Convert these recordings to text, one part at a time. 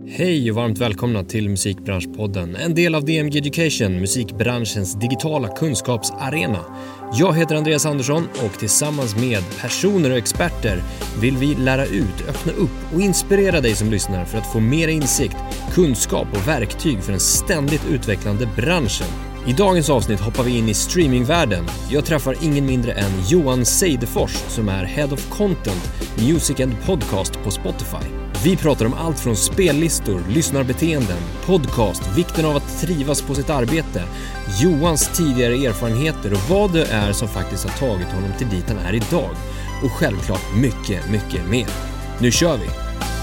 Hej och varmt välkomna till Musikbranschpodden, en del av DMG Education, musikbranschens digitala kunskapsarena. Jag heter Andreas Andersson och tillsammans med personer och experter vill vi lära ut, öppna upp och inspirera dig som lyssnar för att få mer insikt, kunskap och verktyg för den ständigt utvecklande branschen. I dagens avsnitt hoppar vi in i streamingvärlden. Jag träffar ingen mindre än Johan Seidefors som är Head of Content, Music and Podcast på Spotify. Vi pratar om allt från spellistor, lyssnarbeteenden, podcast, vikten av att trivas på sitt arbete, Johans tidigare erfarenheter och vad det är som faktiskt har tagit honom till dit han är idag. Och självklart mycket, mycket mer. Nu kör vi!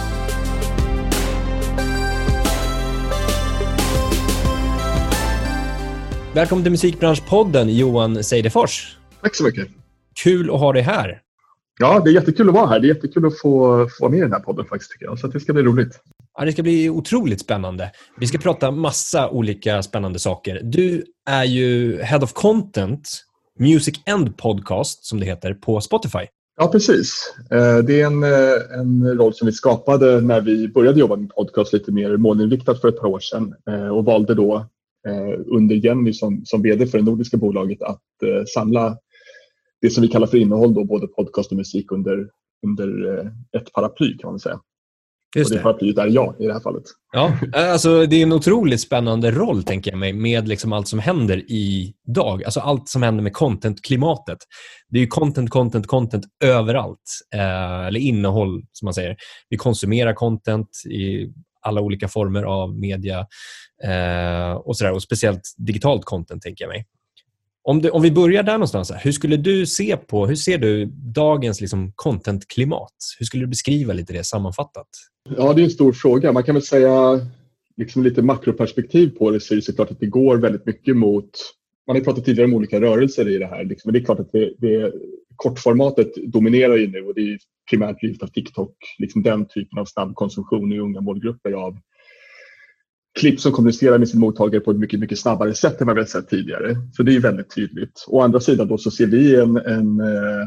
Välkommen till Musikbranschpodden, Johan Seidefors. Tack så mycket. Kul att ha dig här. Ja, det är jättekul att vara här. Det är jättekul att få vara med i den här podden faktiskt, tycker jag. Så att det ska bli roligt. Ja, det ska bli otroligt spännande. Vi ska prata massa olika spännande saker. Du är ju Head of Content, Music and Podcast, som det heter, på Spotify. Ja, precis. Det är en roll som vi skapade när vi började jobba med podcast lite mer målinriktat för ett par år sedan. Och valde då under Jenny som vd för det nordiska bolaget att samla det som vi kallar för innehåll då, både podcast och musik under ett paraply, kan man säga. Just och det paraplyet är jag i det här fallet. Ja, alltså det är en otroligt spännande roll, tänker jag mig, med liksom allt som händer idag. Alltså allt som händer med content-klimatet. Det är ju content överallt. Eller innehåll, som man säger. Vi konsumerar content i alla olika former av media och sådär. Och speciellt digitalt content, tänker jag mig. Om vi börjar där någonstans, hur ser du dagens liksom content-klimat? Hur skulle du beskriva lite det sammanfattat? Ja, det är en stor fråga. Man kan väl säga liksom lite makroperspektiv på det, så är det såklart att det går väldigt mycket mot... Man har pratat tidigare om olika rörelser i det här. Liksom. Men det är klart att kortformatet dominerar ju nu, och det är primärt lyft av TikTok. Liksom den typen av snabb konsumtion i unga målgrupper av klipp som kommunicerar med sin mottagare på ett mycket, mycket snabbare sätt än vad vi har sett tidigare. Så det är väldigt tydligt. Å andra sidan då så ser vi en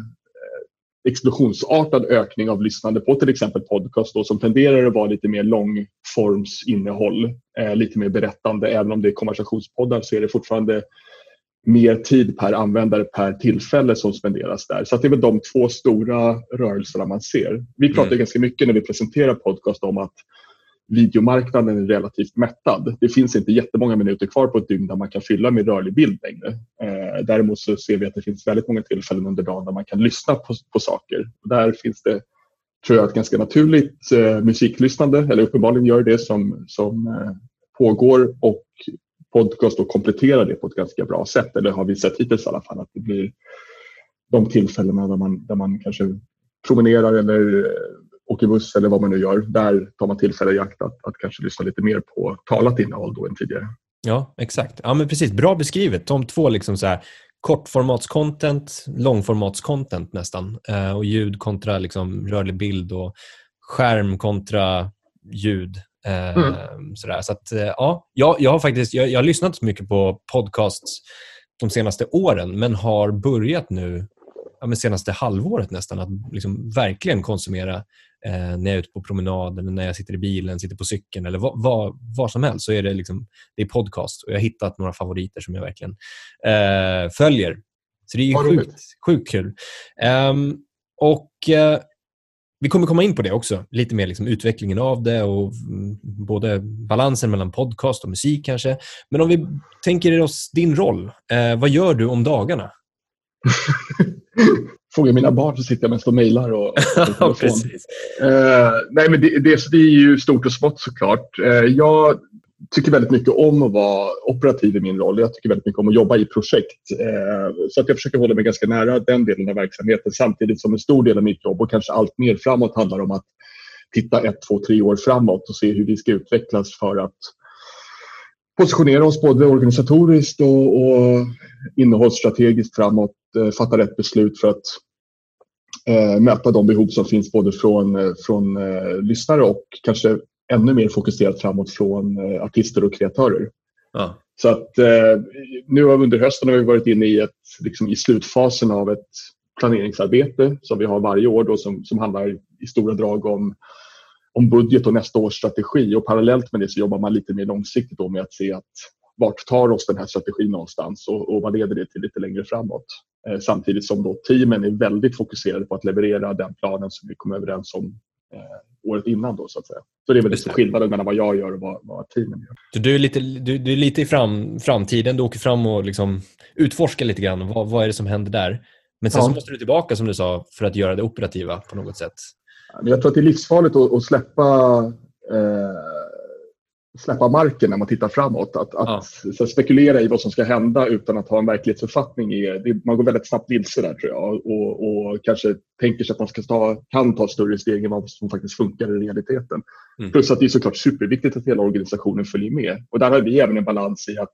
explosionsartad ökning av lyssnande på till exempel podcast då, som tenderar att vara lite mer långformsinnehåll, lite mer berättande. Även om det är konversationspoddar så är det fortfarande mer tid per användare per tillfälle som spenderas där. Så att det är väl de två stora rörelserna man ser. Vi pratar ganska mycket när vi presenterar podcast om att videomarknaden är relativt mättad. Det finns inte jättemånga minuter kvar på ett dygn där man kan fylla med rörlig bild längre. Däremot så ser vi att det finns väldigt många tillfällen under dagen där man kan lyssna på saker. Där finns det, tror jag, ett ganska naturligt musiklyssnande, eller uppenbarligen gör det som pågår, och podcast och kompletterar det på ett ganska bra sätt. Eller har vi sett hittills i alla fall att det blir de tillfällena där man kanske promenerar eller åker buss eller vad man nu gör, där tar man tillfälle i akt att kanske lyssna lite mer på talat innehåll då än tidigare. Ja, exakt. Ja, men precis. Bra beskrivet. De två liksom så här kortformatscontent, långformatscontent nästan. Och ljud kontra liksom rörlig bild och skärm kontra ljud. Sådär. Så att, ja, jag har lyssnat så mycket på podcasts de senaste åren, men har börjat nu senaste halvåret nästan att liksom verkligen konsumera när jag är ute på promenad eller när jag sitter i bilen, sitter på cykeln eller vad som helst, så är det liksom, det är podcast, och jag har hittat några favoriter som jag verkligen följer. Så det är ju sjukt kul. Vi kommer komma in på det också, lite mer liksom utvecklingen av det och både balansen mellan podcast och musik kanske. Men om vi tänker oss din roll, vad gör du om dagarna? Frågar mina barn så sitter jag mest och mejlar och ja, precis. Nej, men det är ju stort och smått såklart. Jag tycker väldigt mycket om att vara operativ i min roll. Jag tycker väldigt mycket om att jobba i projekt. Så att jag försöker hålla mig ganska nära den delen av verksamheten, samtidigt som en stor del av mitt jobb och kanske allt mer framåt handlar om att titta 1, 2, 3 år framåt och se hur vi ska utvecklas för att positionera oss både organisatoriskt och innehållsstrategiskt framåt, fatta rätt beslut för att möta de behov som finns både från lyssnare och kanske ännu mer fokuserat framåt från artister och kreatörer. Ja. Så att nu under hösten har vi varit inne i slutfasen av ett planeringsarbete som vi har varje år då, som handlar i stora drag om om budget och nästa års strategi, och parallellt med det så jobbar man lite mer långsiktigt då med att se att vart tar oss den här strategin någonstans och vad leder det till lite längre framåt. Samtidigt som då teamen är väldigt fokuserade på att leverera den planen som vi kom överens om året innan då, så att säga. Så det är väl lite skillnaden mellan vad jag gör och vad teamen gör. Så du är lite i framtiden, du åker fram och liksom utforskar lite grann, vad är det som händer där? Men sen så måste du tillbaka, som du sa, för att göra det operativa på något sätt. Jag tror att det är livsfarligt att släppa marken när man tittar framåt. Att spekulera i vad som ska hända utan att ha en verklighetsuppfattning. Man går väldigt snabbt vilse där, tror jag. Och kanske tänker sig att man kan ta större steg än vad som faktiskt funkar i realiteten. Plus att det är såklart superviktigt att hela organisationen följer med. Och där har vi även en balans i att,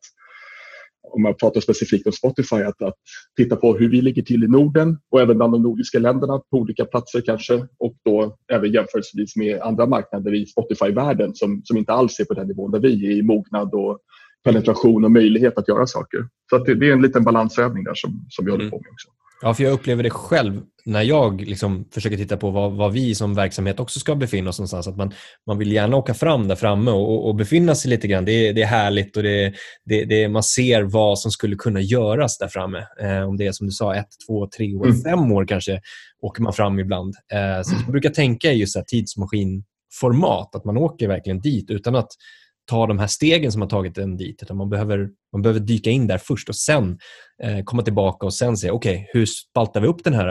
om man pratar specifikt om Spotify, att titta på hur vi ligger till i Norden och även bland de nordiska länderna på olika platser kanske, och då även jämförelsevis med andra marknader i Spotify-världen som inte alls är på den nivån där vi är i mognad och penetration och möjlighet att göra saker. Så att det är en liten balansövning där som vi håller på med också. Ja, för jag upplever det själv när jag liksom försöker titta på vad vi som verksamhet också ska befinna oss någonstans. Att man vill gärna åka fram där framme och befinna sig lite grann. Det är härligt och man ser vad som skulle kunna göras där framme. Om det är som du sa 1, 2, 3 år, 5 år kanske åker man fram ibland. Så jag brukar tänka just så här tidsmaskinformat, att man åker verkligen dit utan att ta de här stegen som har tagit en dit, utan man behöver dyka in där först och sen komma tillbaka och sen se hur spaltar vi upp den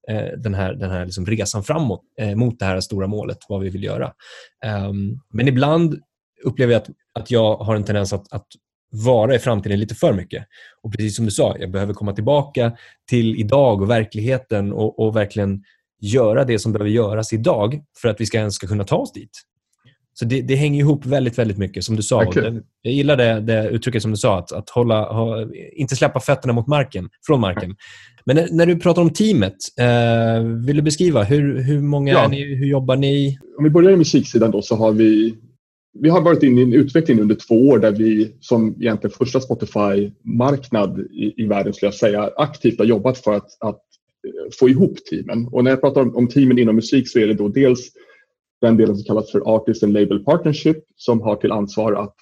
här liksom resan framåt mot det här stora målet, vad vi vill göra. Men ibland upplever jag att jag har en tendens att vara i framtiden lite för mycket. Och precis som du sa, jag behöver komma tillbaka till idag och verkligheten och verkligen göra det som behöver göras idag för att vi ens ska kunna ta oss dit. Så det hänger ihop väldigt, väldigt mycket, som du sa. Jag gillar det uttrycket som du sa, att inte släppa fötterna från marken. Men när du pratar om teamet, vill du beskriva hur många är ni, hur jobbar ni? Om vi börjar med musiksidan då, så har vi har varit inne i en utveckling under 2 år där vi som egentligen första Spotify-marknad i världen, skulle jag säga, aktivt har jobbat för att få ihop teamen. Och när jag pratar om teamen inom musik så är det då dels den delen som kallas för Artist and Label Partnership, som har till ansvar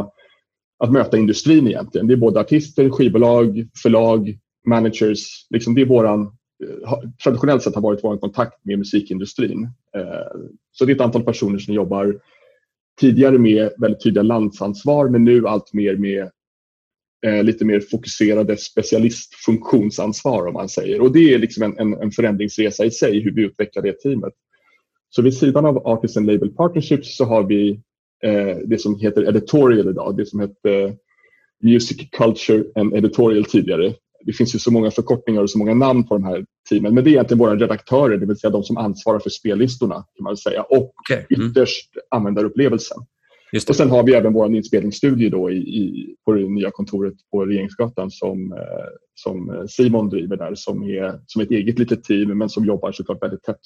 att möta industrin egentligen. Det är både artister, skivbolag, förlag, managers. Liksom det är traditionellt sett har varit vår kontakt med musikindustrin. Så det är ett antal personer som jobbar tidigare med väldigt tydliga landsansvar, men nu allt mer med lite mer fokuserade specialistfunktionsansvar, om man säger. Och det är liksom en förändringsresa i sig, hur vi utvecklar det teamet. Så vid sidan av Artist and Label Partnerships så har vi det som heter Editorial idag. Det som heter Music, Culture and Editorial tidigare. Det finns ju så många förkortningar och så många namn på de här teamen. Men det är egentligen våra redaktörer, det vill säga de som ansvarar för spellistorna, kan man säga. Och ytterst användarupplevelsen. Och sen har vi även vår inspelningsstudio då på det nya kontoret på Regeringsgatan som Simon driver där. Som är ett eget litet team, men som jobbar såklart väldigt tätt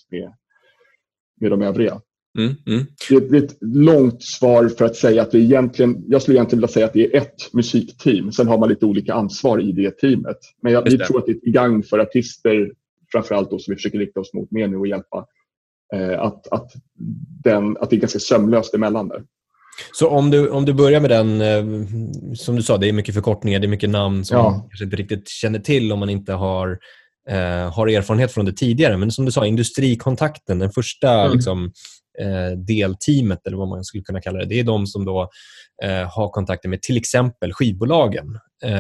med de övriga. Det är ett långt svar för att säga att jag skulle egentligen vilja säga att det är ett musikteam. Sen har man lite olika ansvar i det teamet. Men vi tror att det är ett gang för artister, framförallt då, som vi försöker rikta oss mot med nu och hjälpa. Att det är ganska sömlöst emellan där. Så om du börjar med den, som du sa, det är mycket förkortningar, det är mycket namn som man kanske inte riktigt känner till om man inte har erfarenhet från det tidigare. Men som du sa, industrikontakten, den första delteamet, eller vad man skulle kunna kalla det, det är de som då har kontakter med till exempel skivbolagen.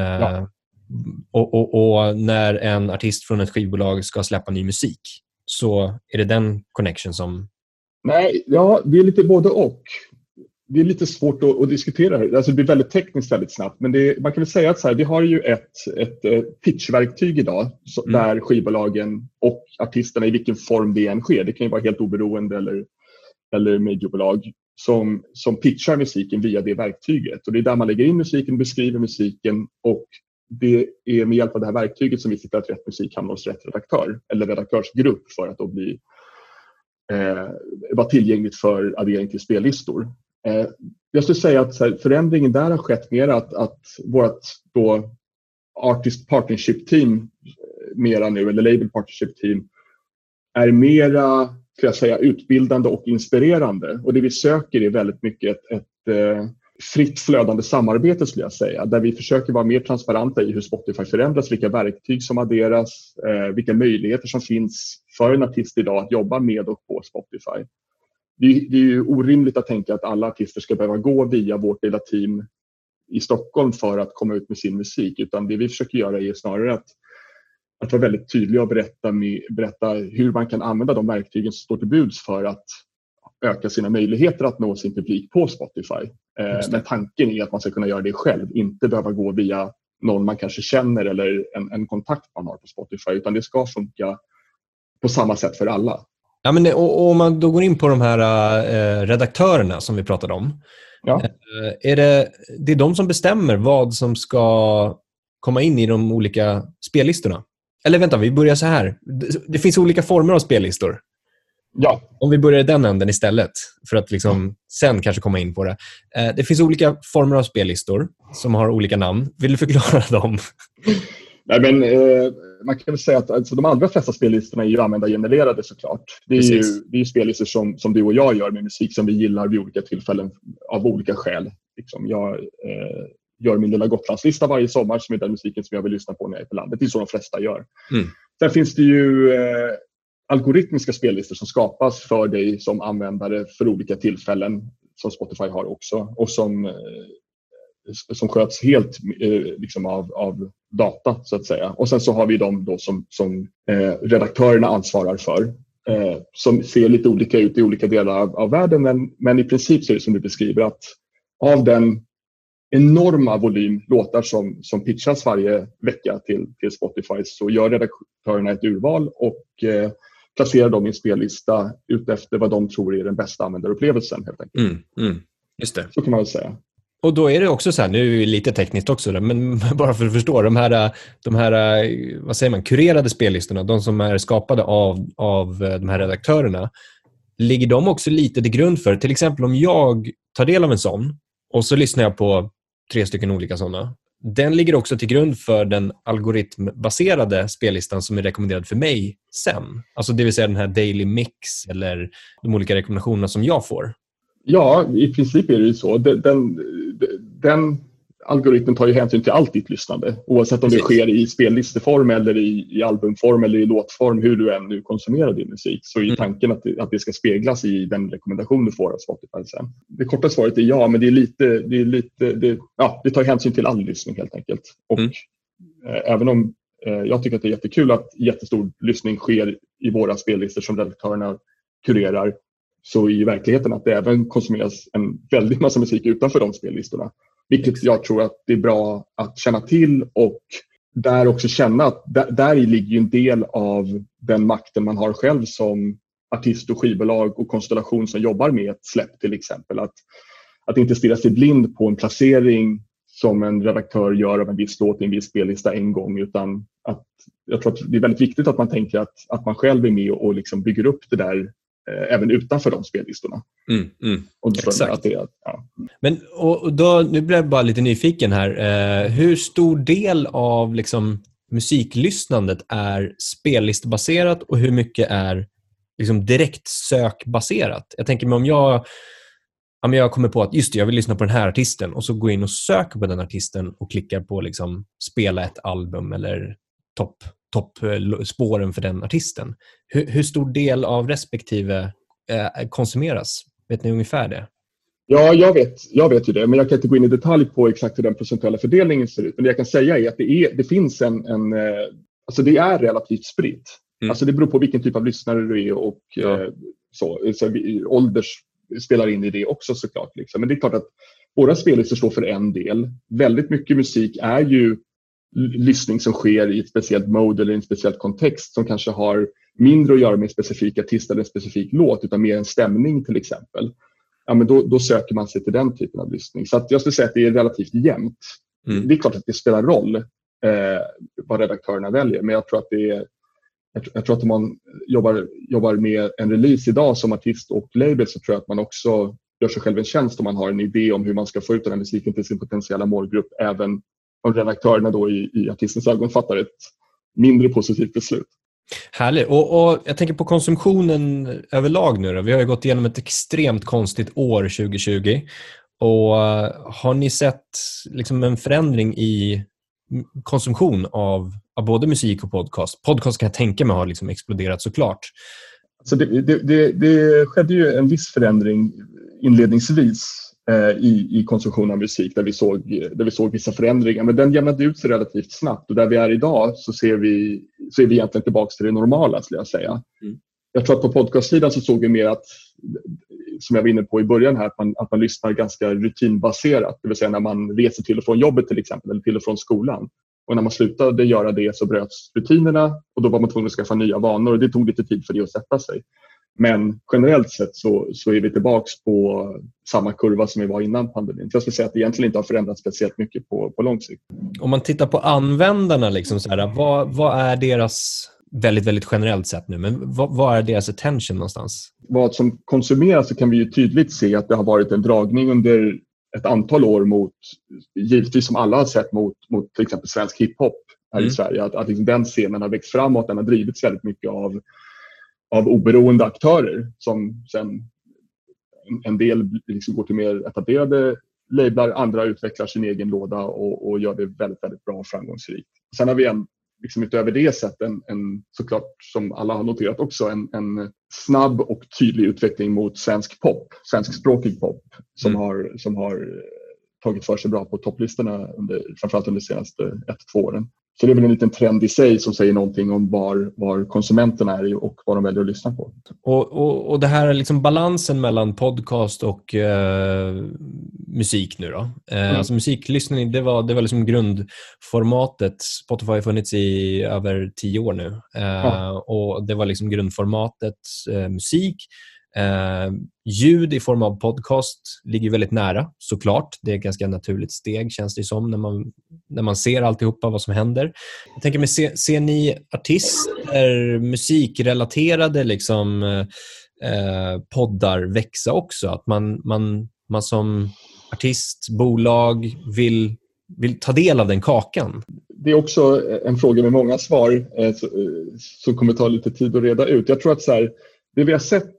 Och när en artist från ett skivbolag ska släppa ny musik, så är det den connection som... Nej, det är lite både och. Det är lite svårt att diskutera det. Alltså det blir väldigt tekniskt väldigt snabbt. Men man kan väl säga att vi har ju ett pitchverktyg idag där skivbolagen och artisterna, i vilken form det än sker, det kan ju vara helt oberoende eller mediobolag, som pitchar musiken via det verktyget. Och det är där man lägger in musiken, beskriver musiken, och det är med hjälp av det här verktyget som vi ser att rätt musik hamnar hos rätt redaktör eller redaktörsgrupp för att då vara tillgängligt för addering till spellistor. Jag skulle säga att förändringen där har skett mer att vårt då Artist Partnership Team mera nu, eller Label Partnership Team, är mera ska jag säga, utbildande och inspirerande. Och det vi söker är väldigt mycket ett fritt flödande samarbete, skulle jag säga, där vi försöker vara mer transparenta i hur Spotify förändras, vilka verktyg som adderas, vilka möjligheter som finns för en artist idag att jobba med och på Spotify. Det är ju orimligt att tänka att alla artister ska behöva gå via vårt lilla team i Stockholm för att komma ut med sin musik, utan det vi försöker göra är snarare att vara väldigt tydliga och berätta hur man kan använda de verktygen som står till buds för att öka sina möjligheter att nå sin publik på Spotify. Men tanken är att man ska kunna göra det själv, inte behöva gå via någon man kanske känner eller en kontakt man har på Spotify, utan det ska funka på samma sätt för alla. Ja, men och om man då går in på de här redaktörerna som vi pratade om. Ja. Det är de som bestämmer vad som ska komma in i de olika spellistorna? Eller vänta, vi börjar så här. Det finns olika former av spellistor. Ja. Om vi börjar i den änden istället för att liksom sen kanske komma in på det. Det finns olika former av spellistor som har olika namn. Vill du förklara dem? Nej, men man kan väl säga att alltså, de allra flesta spellistorna är ju användargenererade såklart. Det är ju spellistor som du och jag gör med musik som vi gillar vid olika tillfällen av olika skäl. Liksom, jag gör min lilla Gotlandslista varje sommar som är den musiken som jag vill lyssna på när jag är på landet. Det är så de flesta gör. Sen finns det ju algoritmiska spellistor som skapas för dig som användare för olika tillfällen som Spotify har också och som sköts helt liksom av data så att säga. Och sen så har vi de då som redaktörerna ansvarar för som ser lite olika ut i olika delar av världen, men i princip så är det som du beskriver att av den enorma volym låtar som pitchas varje vecka till Spotify så gör redaktörerna ett urval och placerar dem i en spellista utefter vad de tror är den bästa användarupplevelsen helt enkelt. Just det. Så kan man väl säga. Och då är det också så här, nu är det lite tekniskt också, men bara för att förstå, de här vad säger man, kurerade spellistorna, de som är skapade av de här redaktörerna, ligger de också lite till grund för, till exempel om jag tar del av en sån och så lyssnar jag på 3 stycken olika sådana, den ligger också till grund för den algoritmbaserade spellistan som är rekommenderad för mig sen. Alltså det vill säga den här daily mix eller de olika rekommendationerna som jag får. Ja, i princip är det ju så. Den algoritmen tar ju hänsyn till allt ditt lyssnande. Oavsett om det sker i spellisteform eller i albumform eller i låtform, hur du än nu konsumerar din musik. Så är tanken att det ska speglas i den rekommendation du får av Spotify sen. Det korta svaret är ja, men det tar hänsyn till all lyssning helt enkelt. Och även om jag tycker att det är jättekul att jättestor lyssning sker i våra spellistor som redaktörerna kurerar, så i verkligheten att det även konsumeras en väldigt massa musik utanför de spellistorna. Vilket jag tror att det är bra att känna till och där också känna att där ligger en del av den makten man har själv som artist och skivbolag och konstellation som jobbar med ett släpp till exempel. Att inte stirra sig blind på en placering som en redaktör gör av en viss låt i en viss spellista en gång, utan att jag tror att det är väldigt viktigt att man tänker att man själv är med och liksom bygger upp det där även utanför de spellistorna. Exakt. Men och då, nu blir jag bara lite nyfiken här. Hur stor del av liksom musiklyssnandet är spellistbaserat och hur mycket är liksom direkt sökbaserat? Jag tänker mig om jag kommer på att just det, jag vill lyssna på den här artisten och så går jag in och söker på den artisten och klickar på liksom spela ett album eller toppspåren för den artisten. Hur stor del av respektive konsumeras? Vet ni ungefär det? Ja, jag vet ju det, men jag kan inte gå in i detalj på exakt hur den procentuella fördelningen ser ut. Men det jag kan säga är att det finns alltså det är relativt spritt. Alltså det beror på vilken typ av lyssnare du är och så ålder spelar in i det också såklart. Liksom. Men det är klart att våra spellistor står för en del. Väldigt mycket musik är ju lyssning som sker i ett speciellt mode eller en speciell kontext som kanske har mindre att göra med en specifik artist eller en specifik låt utan mer en stämning till exempel. Ja, men då söker man sig till den typen av lyssning. Så att jag skulle säga att det är relativt jämnt. Det är klart att det spelar roll vad redaktörerna väljer, men jag tror att om man jobbar med en release idag som artist och label så tror jag att man också gör sig själv en tjänst om man har en idé om hur man ska få ut den här musiken till sin potentiella målgrupp, även om redaktörerna då i artistens ögon fattar ett mindre positivt beslut. Härligt. Och jag tänker på konsumtionen överlag nu då. Vi har ju gått igenom ett extremt konstigt år 2020. Och har ni sett liksom en förändring i konsumtion av både musik och podcast? Podcast kan jag tänka mig har liksom exploderat såklart. Så det skedde ju en viss förändring inledningsvis i konsumtion av musik där vi såg vissa förändringar, men den jämnade ut sig relativt snabbt, och där vi är idag så är vi egentligen tillbaka till det normala, skulle jag säga. Jag tror att på podcastsidan så såg vi mer att, som jag var inne på i början här, att man lyssnar ganska rutinbaserat, det vill säga när man reser till och från jobbet till exempel, eller till och från skolan. Och när man slutade göra det så bröts rutinerna, och då var man tvungen att skaffa nya vanor, och det tog lite tid för det att sätta sig. Men generellt sett så är vi tillbaka på samma kurva som vi var innan pandemin. Så jag skulle säga att det egentligen inte har förändrats speciellt mycket på lång sikt. Om man tittar på användarna, liksom så här, vad är deras, väldigt, väldigt generellt sett nu, men vad är deras attention någonstans? Vad som konsumeras, så kan vi ju tydligt se att det har varit en dragning under ett antal år mot, givetvis som alla har sett, mot till exempel svensk hiphop här i Sverige. Att liksom den scenen har växt framåt, den har drivits väldigt mycket av oberoende aktörer som sen en del liksom går till mer etablerade lablar, andra utvecklar sin egen låda och gör det väldigt, väldigt bra och framgångsrikt. Sen har vi liksom utöver det sett en såklart, som alla har noterat också, en snabb och tydlig utveckling mot svenskspråkig pop som har tagit för sig bra på topplistorna framförallt under de senaste 1-2 åren. Så det är väl en liten trend i sig som säger någonting om var konsumenterna är och vad de väljer att lyssna på. Och det här är liksom balansen mellan podcast och musik nu då. Alltså musiklyssning, det var liksom grundformatet. Spotify har funnits i över 10 år nu. Och det var liksom grundformatet musik. Ljud i form av podcast ligger väldigt nära, såklart. Det är ett ganska naturligt steg, känns det som, när man ser alltihopa vad som händer. Jag tänker mig, ser ni artister, musikrelaterade liksom, poddar växa också? Att man som artist, bolag vill ta del av den kakan? Det är också en fråga med många svar som kommer ta lite tid att reda ut. Jag tror att så här, det vi har sett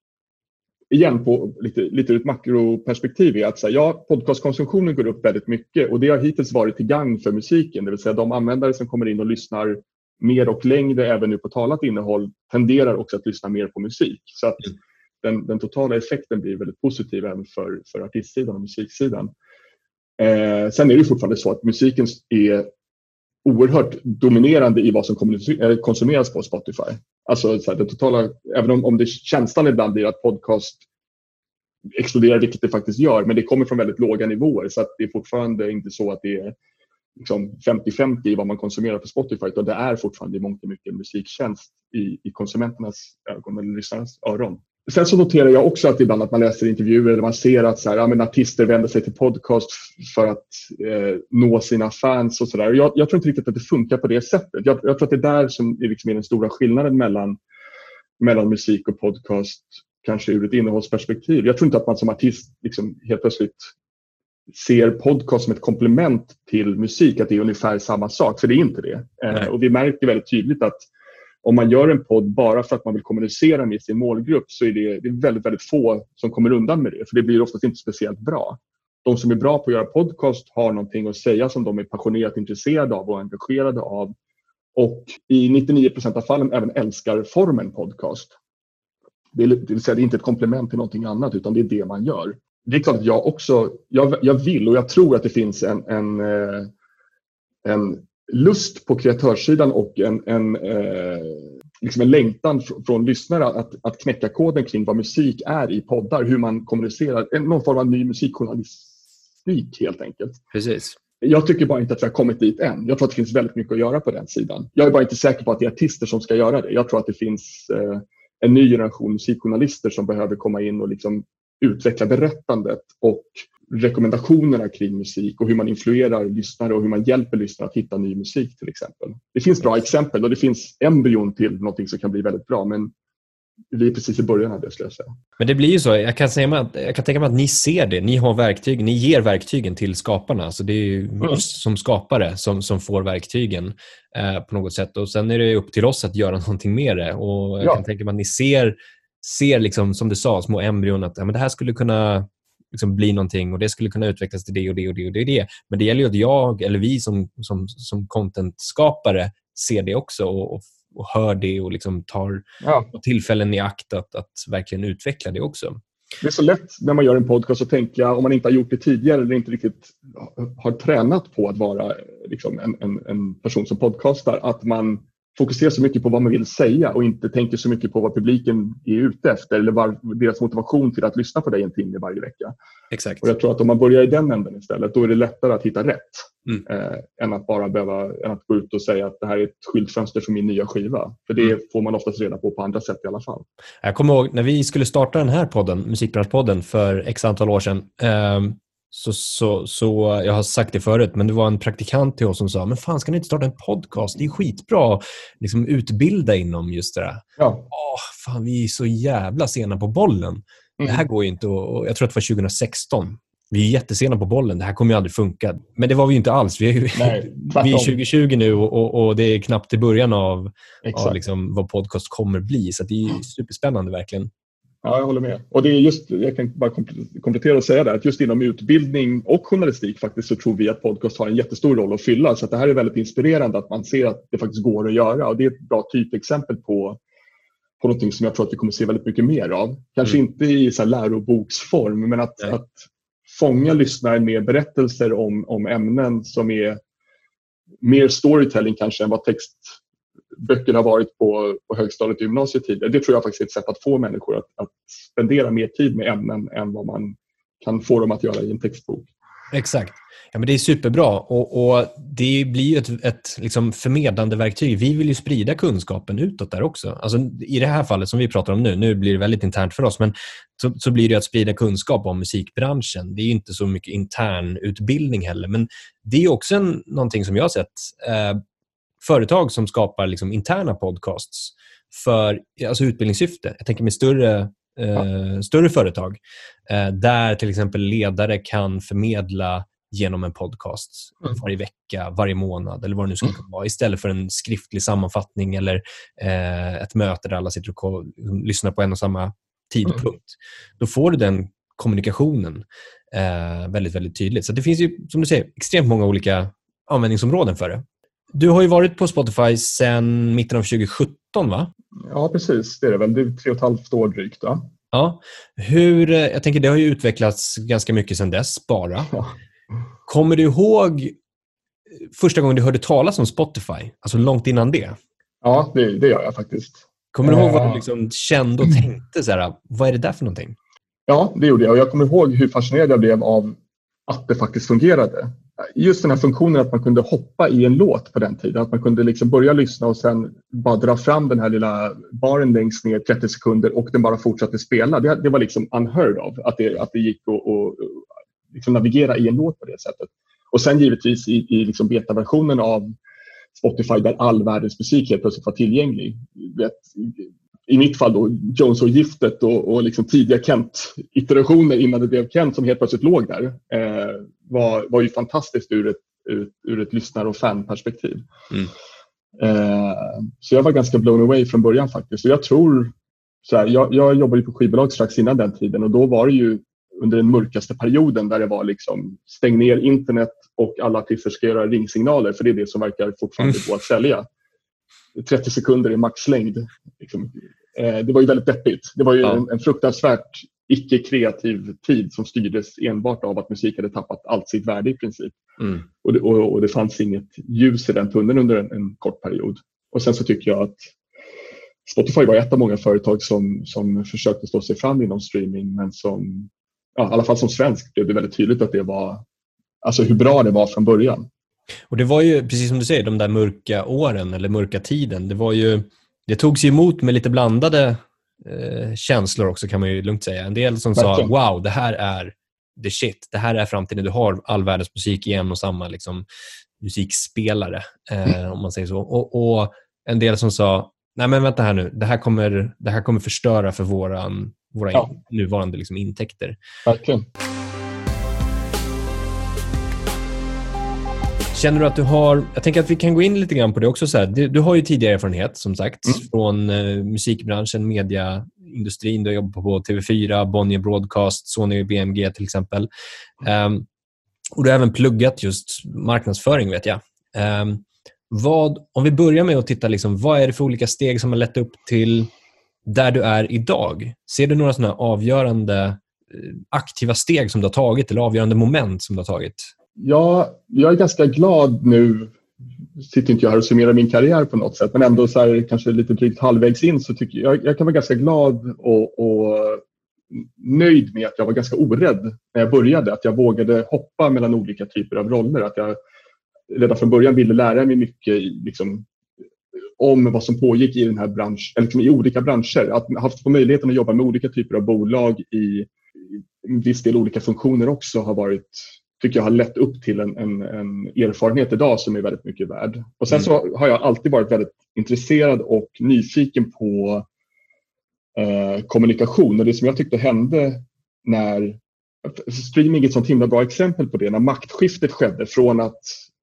igen på lite ur ett makroperspektiv är att så här, podcastkonsumtionen går upp väldigt mycket, och det har hittills varit till gagn för musiken. Det vill säga de användare som kommer in och lyssnar mer och längre även nu på talat innehåll tenderar också att lyssna mer på musik. Så att den totala effekten blir väldigt positiv även för artistsidan och musiksidan. Sen är det fortfarande så att musiken är oerhört dominerande i vad som konsumeras på Spotify. Alltså så här, det totala, även om det känslan ibland blir att podcast exploderar, vilket det faktiskt gör, men det kommer från väldigt låga nivåer, så att det är fortfarande inte så att det är liksom 50-50 i vad man konsumerar på Spotify, utan det är fortfarande i mångt och mycket musiktjänst i konsumenternas ögon eller lyssnarnas öron. Sen så noterar jag också att ibland att man läser intervjuer där man ser att så här, men artister vänder sig till podcast för att nå sina fans och sådär. Jag tror inte riktigt att det funkar på det sättet. Jag tror att det är där som är liksom den stora skillnaden mellan musik och podcast, kanske ur ett innehållsperspektiv. Jag tror inte att man som artist liksom helt plötsligt ser podcast som ett komplement till musik, att det är ungefär samma sak, för det är inte det. Och vi märker väldigt tydligt att om man gör en podd bara för att man vill kommunicera med sin målgrupp, så är det väldigt, väldigt få som kommer undan med det. För det blir oftast inte speciellt bra. De som är bra på att göra podcast har någonting att säga som de är passionerat intresserade av och engagerade av. Och i 99% av fallen även älskar formen podcast. Det vill säga, det är inte ett komplement till någonting annat, utan det är det man gör. Det är klart att jag vill, och jag tror att det finns en lust på kreatörssidan och liksom en längtan från lyssnare att knäcka koden kring vad musik är i poddar, hur man kommunicerar, någon form av ny musikjournalistik helt enkelt. Precis. Jag tycker bara inte att vi har kommit dit än. Jag tror att det finns väldigt mycket att göra på den sidan. Jag är bara inte säker på att det är artister som ska göra det. Jag tror att det finns en ny generation musikjournalister som behöver komma in och liksom utveckla berättandet och rekommendationerna kring musik och hur man influerar lyssnare och hur man hjälper lyssnare att hitta ny musik till exempel. Det finns bra exempel och det finns embryon till någonting som kan bli väldigt bra, men vi är precis i början av det, skulle jag säga. Men det blir ju så, jag kan tänka mig att ni ser det, ni har verktyg, ni ger verktygen till skaparna, så det är ju som skapare som får verktygen på något sätt, och sen är det upp till oss att göra någonting med det, och jag kan tänka mig att ni ser liksom, som du sa, små embryon, att men det här skulle kunna liksom bli någonting, och det skulle kunna utvecklas till det och det och det och det. Men det gäller ju att jag eller vi som content-skapare ser det också och hör det och liksom tar tillfällen i akt att verkligen utveckla det också. Det är så lätt när man gör en podcast att tänka, om man inte har gjort det tidigare eller inte riktigt har tränat på att vara liksom en person som podcastar, att man fokuserar så mycket på vad man vill säga och inte tänker så mycket på vad publiken är ute efter eller deras motivation till att lyssna på dig en timme varje vecka. Exakt. Och jag tror att om man börjar i den änden istället, då är det lättare att hitta rätt än att bara än att gå ut och säga att det här är ett skyltfönster för min nya skiva. För det får man oftast reda på andra sätt i alla fall. Jag kommer ihåg när vi skulle starta den här podden, Musikbranschpodden, för x antal år sedan. Så jag har sagt det förut, men det var en praktikant till oss som sa, men fan, ska ni inte starta en podcast? Det är skitbra liksom utbilda inom just det där. Ja. Fan, vi är så jävla sena på bollen. Det här går ju inte, och jag tror att det var 2016. Vi är jättesena på bollen, det här kommer ju aldrig funka. Men det var vi ju inte alls. Vi är 2020 nu och det är knappt i början av liksom, vad podcast kommer bli. Så det är superspännande verkligen. Ja, jag håller med. Och det är just, jag kan bara komplettera och säga det, att just inom utbildning och journalistik faktiskt så tror vi att podcast har en jättestor roll att fylla. Så att det här är väldigt inspirerande att man ser att det faktiskt går att göra. Och det är ett bra typexempel på någonting som jag tror att vi kommer se väldigt mycket mer av. Kanske inte i så här läroboksform, men att fånga lyssnaren med berättelser om ämnen som är mer storytelling kanske än vad textböcker har varit på högstadiet och gymnasiet tidigare. Det tror jag faktiskt är ett sätt att få människor att spendera mer tid med ämnen än vad man kan få dem att göra i en textbok. Exakt. Ja, men det är superbra och det blir ju ett liksom förmedlande verktyg. Vi vill ju sprida kunskapen utåt där också. Alltså, i det här fallet som vi pratar om nu blir det väldigt internt för oss, men så blir det att sprida kunskap om musikbranschen. Det är ju inte så mycket intern utbildning heller, men det är ju också någonting som jag har sett. Företag som skapar liksom interna podcasts för alltså utbildningssyfte. Jag tänker med större företag där till exempel ledare kan förmedla genom en podcast varje vecka, varje månad eller vad det nu ska vara, istället för en skriftlig sammanfattning eller ett möte där alla sitter och lyssnar på en och samma tidpunkt. Då får du den kommunikationen väldigt, väldigt tydligt. Så det finns ju, som du säger, extremt många olika användningsområden för det. Du har ju varit på Spotify sedan mitten av 2017, va? Ja, precis. Det är det väl. Det är 3,5 år drygt, va? Ja. Jag tänker det har ju utvecklats ganska mycket sedan dess, bara. Ja. Kommer du ihåg första gången du hörde talas om Spotify? Alltså långt innan det? Ja, det gör jag faktiskt. Kommer du ihåg vad du liksom kände och tänkte? Så här, vad är det där för någonting? Ja, det gjorde jag. Och jag kommer ihåg hur fascinerad jag blev av att det faktiskt fungerade. Just den här funktionen att man kunde hoppa i en låt på den tiden. Att man kunde liksom börja lyssna och sen bara dra fram den här lilla baren längst ner 30 sekunder och den bara fortsatte spela. Det var liksom unheard of att det gick att liksom navigera i en låt på det sättet. Och sen givetvis i liksom betaversionen av Spotify där all världens musik helt plötsligt var tillgänglig. I mitt fall då Jones och Giftet och liksom tidiga Kent-iterationer innan det blev Kent som helt plötsligt låg där var ju fantastiskt ur ett lyssnar- och fanperspektiv. Så jag var ganska blown away från början faktiskt. Och jag tror, så här, jag jobbade på skivbolag strax innan den tiden och då var det ju under den mörkaste perioden där det var liksom stäng ner internet och alla artister ska göra ringsignaler, för det är det som verkar fortfarande gå att sälja. 30 sekunder i maxlängd. Liksom. Det var ju väldigt deppigt. Det var ju en fruktansvärt icke-kreativ tid som styrdes enbart av att musik hade tappat allt sitt värde i princip. Och det fanns inget ljus i den tunneln under en kort period. Och sen så tycker jag att Spotify var ett av många företag som försökte stå sig fram inom streaming, men som, i alla fall som svensk, blev det väldigt tydligt att det var, alltså hur bra det var från början. Och det var ju, precis som du säger, de där mörka åren eller mörka tiden, det togs ju emot med lite blandade känslor också, kan man ju lugnt säga. En del som sa, wow, det här är the shit, det här är framtiden, du har all världens musik i en och samma liksom, musikspelare, om man säger så. Och en del som sa, nej men vänta här nu. Det här kommer förstöra för våra nuvarande liksom intäkter. Verkligen. Känner du att du har... Jag tänker att vi kan gå in lite grann på det också. Så här. Du har ju tidigare erfarenhet, som sagt, från musikbranschen, mediaindustrin. Du har jobbat på TV4, Bonnier Broadcast, Sony BMG till exempel. Och du har även pluggat just marknadsföring, vet jag. Om vi börjar med att titta, liksom, vad är det för olika steg som har lett upp till där du är idag? Ser du några sådana avgörande aktiva steg som du har tagit eller avgörande moment som du har tagit? Ja, jag är ganska glad nu. Sitter inte jag här och summerar min karriär på något sätt, men ändå så här, kanske lite drygt halvvägs in, så tycker jag kan vara ganska glad och nöjd med att jag var ganska orädd när jag började. Att jag vågade hoppa mellan olika typer av roller. Att jag redan från början ville lära mig mycket liksom, om vad som pågick i den här branschen, eller liksom i olika branscher. Att ha haft möjligheten att jobba med olika typer av bolag i viss del olika funktioner också har varit, tycker jag, har lett upp till en erfarenhet idag som är väldigt mycket värd. Och sen så har jag alltid varit väldigt intresserad och nyfiken på kommunikation. Och det som jag tyckte hände när streaming är ett sånt himla bra exempel på det, när maktskiftet skedde från att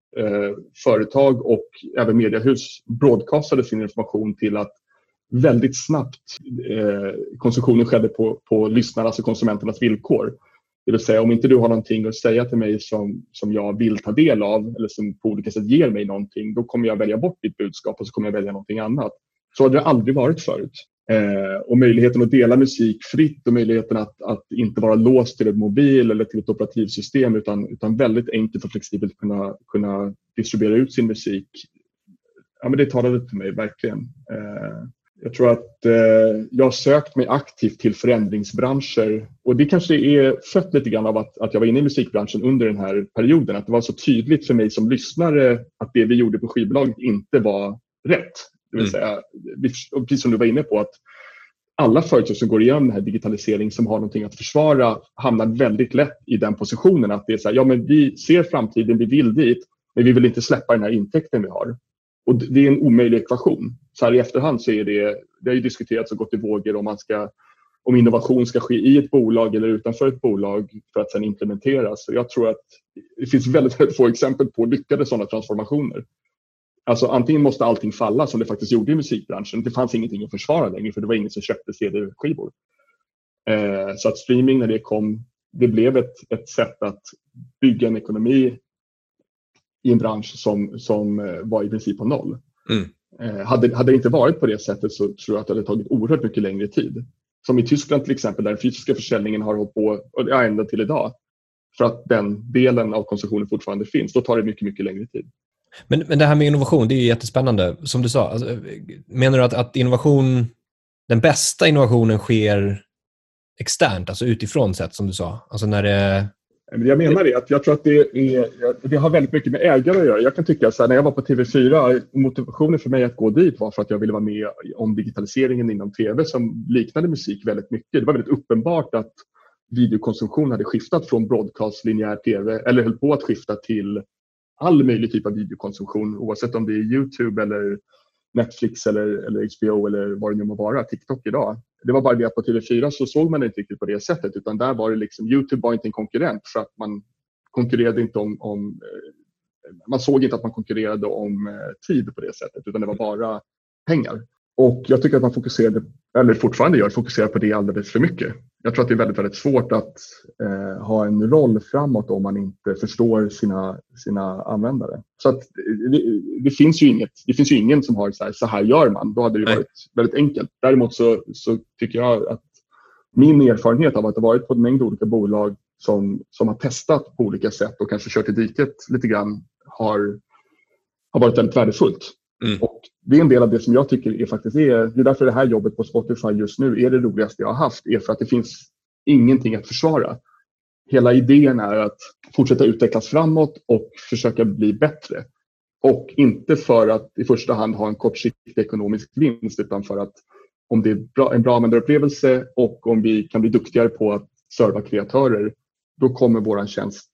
företag och även mediehus broadcastade sin information till att väldigt snabbt konsumtionen skedde på lyssnarnas och konsumenternas villkor. Det vill säga, om inte du har någonting att säga till mig som jag vill ta del av eller som på olika sätt ger mig någonting, då kommer jag välja bort ditt budskap och så kommer jag välja någonting annat. Så har det aldrig varit förut. Och möjligheten att dela musik fritt och möjligheten att inte vara låst till ett mobil eller till ett operativsystem utan väldigt enkelt och flexibelt kunna distribuera ut sin musik. Ja, men det talade till mig verkligen. Jag tror att jag har sökt mig aktivt till förändringsbranscher, och det kanske är fött lite grann av att jag var inne i musikbranschen under den här perioden. Att det var så tydligt för mig som lyssnare att det vi gjorde på skivbolaget inte var rätt. Det vill säga, precis som du var inne på, att alla företag som går igenom den här digitaliseringen som har någonting att försvara hamnar väldigt lätt i den positionen att det är så här, ja men vi ser framtiden, vi vill dit, men vi vill inte släppa den här intäkten vi har. Och det är en omöjlig ekvation. Så här i efterhand så är det har ju diskuterats och gått i vågor om innovation ska ske i ett bolag eller utanför ett bolag för att sedan implementeras. Så jag tror att det finns väldigt, väldigt få exempel på lyckade sådana transformationer. Alltså antingen måste allting falla som det faktiskt gjorde i musikbranschen. Det fanns ingenting att försvara längre för det var ingen som köpte CD-skivor. Så att streaming när det kom, det blev ett sätt att bygga en ekonomi i en bransch som var i princip på noll. Hade det inte varit på det sättet så tror jag att det hade tagit oerhört mycket längre tid. Som i Tyskland till exempel, där den fysiska försäljningen har hållit på ända till idag. För att den delen av konsumtionen fortfarande finns. Då tar det mycket, mycket längre tid. Men det här med innovation, det är ju jättespännande. Som du sa, alltså, menar du att innovation, den bästa innovationen sker externt, alltså utifrån sett som du sa? Alltså när det... Jag menar det, att jag tror att det har väldigt mycket med ägare att göra. Jag kan tycka att när jag var på TV4, motivationen för mig att gå dit var för att jag ville vara med om digitaliseringen inom TV som liknade musik väldigt mycket. Det var väldigt uppenbart att videokonsumtion hade skiftat från broadcast, linjär TV, eller höll på att skifta till all möjlig typ av videokonsumtion, oavsett om det är YouTube eller Netflix eller HBO eller vad det nu må vara, TikTok idag. Det var bara det att på TV4 så såg man det inte riktigt på det sättet, utan där var det liksom, YouTube var inte en konkurrent för att man konkurrerade inte om man såg inte att man konkurrerade om tid på det sättet, utan det var bara pengar. Och jag tycker att man fokuserar på det alldeles för mycket. Jag tror att det är väldigt, väldigt svårt att ha en roll framåt om man inte förstår sina användare. Så att det finns ju ingen som har så här gör man. Då hade det varit väldigt enkelt. Däremot så tycker jag att min erfarenhet av att ha varit på en mängd olika bolag som har testat på olika sätt och kanske kört i diket lite grann har varit väldigt värdefullt. Och det är en del av det som jag tycker det är därför det här jobbet på Spotify just nu är det roligaste jag har haft, är för att det finns ingenting att försvara. Hela idén är att fortsätta utvecklas framåt och försöka bli bättre. Och inte för att i första hand ha en kortsiktig ekonomisk vinst, utan för att om det är en bra användarupplevelse och om vi kan bli duktigare på att serva kreatörer, då kommer våran tjänst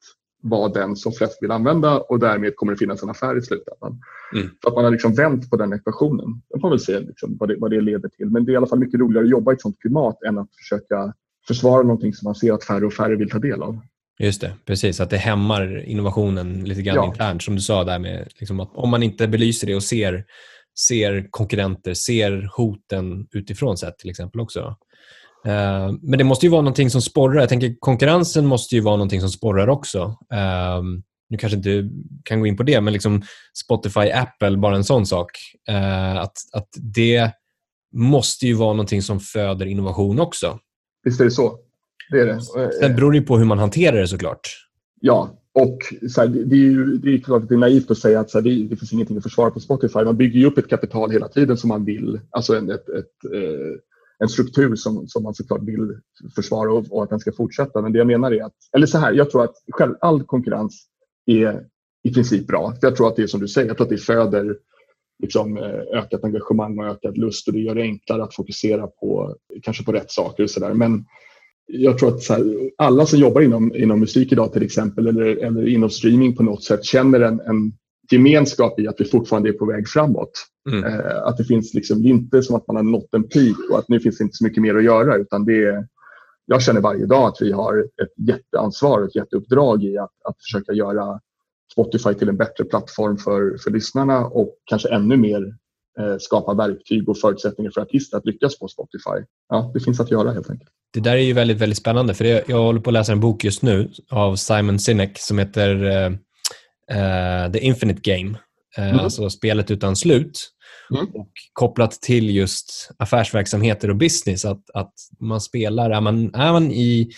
vara den som flest vill använda och därmed kommer det finnas en affär i slutändan. Så att man har liksom vänt på den ekvationen. Man får väl se liksom vad det leder till. Men det är i alla fall mycket roligare att jobba i ett sånt klimat än att försöka försvara någonting som man ser att färre och färre vill ta del av. Just det, precis. Att det hämmar innovationen lite grann internt, som du sa där med liksom att om man inte belyser det och ser konkurrenter, ser hoten utifrån sett till exempel också. Men det måste ju vara någonting som sporrar. Jag tänker konkurrensen måste ju vara någonting som sporrar också. Nu kanske inte kan gå in på det, men liksom Spotify, Apple, bara en sån sak. Att det måste ju vara någonting som föder innovation också. Visst är det så. Det är det. Sen beror det ju på hur man hanterar det såklart. Ja, och så här, det är klart att det är naivt att säga att så här, det finns ingenting att försvara på Spotify. Man bygger ju upp ett kapital hela tiden som man vill. Alltså en struktur som man såklart vill försvara och att den ska fortsätta. Men det jag menar är att, eller så här, jag tror att all konkurrens är i princip bra. För jag tror att det är som du säger, jag tror att det föder liksom, ökat engagemang och ökad lust och det gör det enklare att fokusera på kanske på rätt saker och sådär. Men jag tror att så här, alla som jobbar inom musik idag till exempel eller inom streaming på något sätt känner en gemenskap i att vi fortfarande är på väg framåt. Att det finns liksom inte som att man har nått en peak och att nu finns det inte så mycket mer att göra, utan jag känner varje dag att vi har ett jätteansvar och ett jätteuppdrag i att försöka göra Spotify till en bättre plattform för lyssnarna och kanske ännu mer skapa verktyg och förutsättningar för artister att lyckas på Spotify. Ja, det finns att göra helt enkelt. Det där är ju väldigt, väldigt spännande, för jag håller på att läsa en bok just nu av Simon Sinek som heter The Infinite Game. Alltså spelet utan slut. Och kopplat till just affärsverksamheter och business, att man spelar, är man i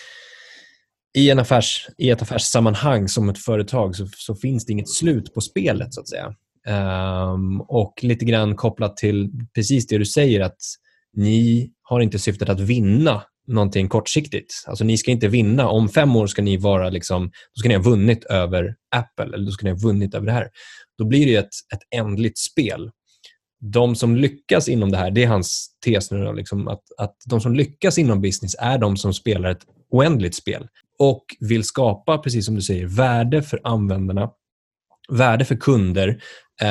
ett affärssammanhang som ett företag så finns det inget slut på spelet så att säga. Och lite grann kopplat till precis det du säger, att ni har inte syftet att vinna någonting kortsiktigt. Alltså ni ska inte vinna. Om 5 år ska ni vara liksom, då ska ni ha vunnit över Apple eller då ska ni ha vunnit över det här. Då blir det ett ändligt spel. De som lyckas inom det här, det är hans tes nu då, liksom, att de som lyckas inom business är de som spelar ett oändligt spel och vill skapa, precis som du säger, värde för användarna, värde för kunder,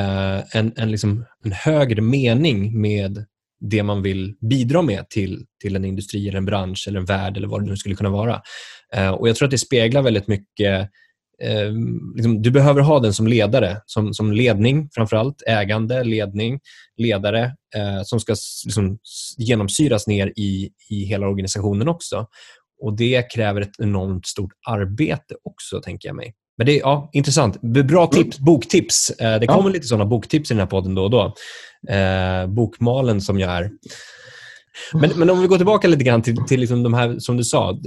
en högre mening med det man vill bidra med till en industri eller en bransch eller en värld eller vad det nu skulle kunna vara. Och jag tror att det speglar väldigt mycket. Du behöver ha den som ledare, som ledning, framförallt ägande, ledare som ska liksom genomsyras ner i hela organisationen också. Och det kräver ett enormt stort arbete också, tänker jag mig. Men det är intressant. Bra tips, boktips. Det kommer lite sådana boktips i den här podden då och då. Bokmalen som jag är. Men om vi går tillbaka lite grann till liksom de här, som du sa,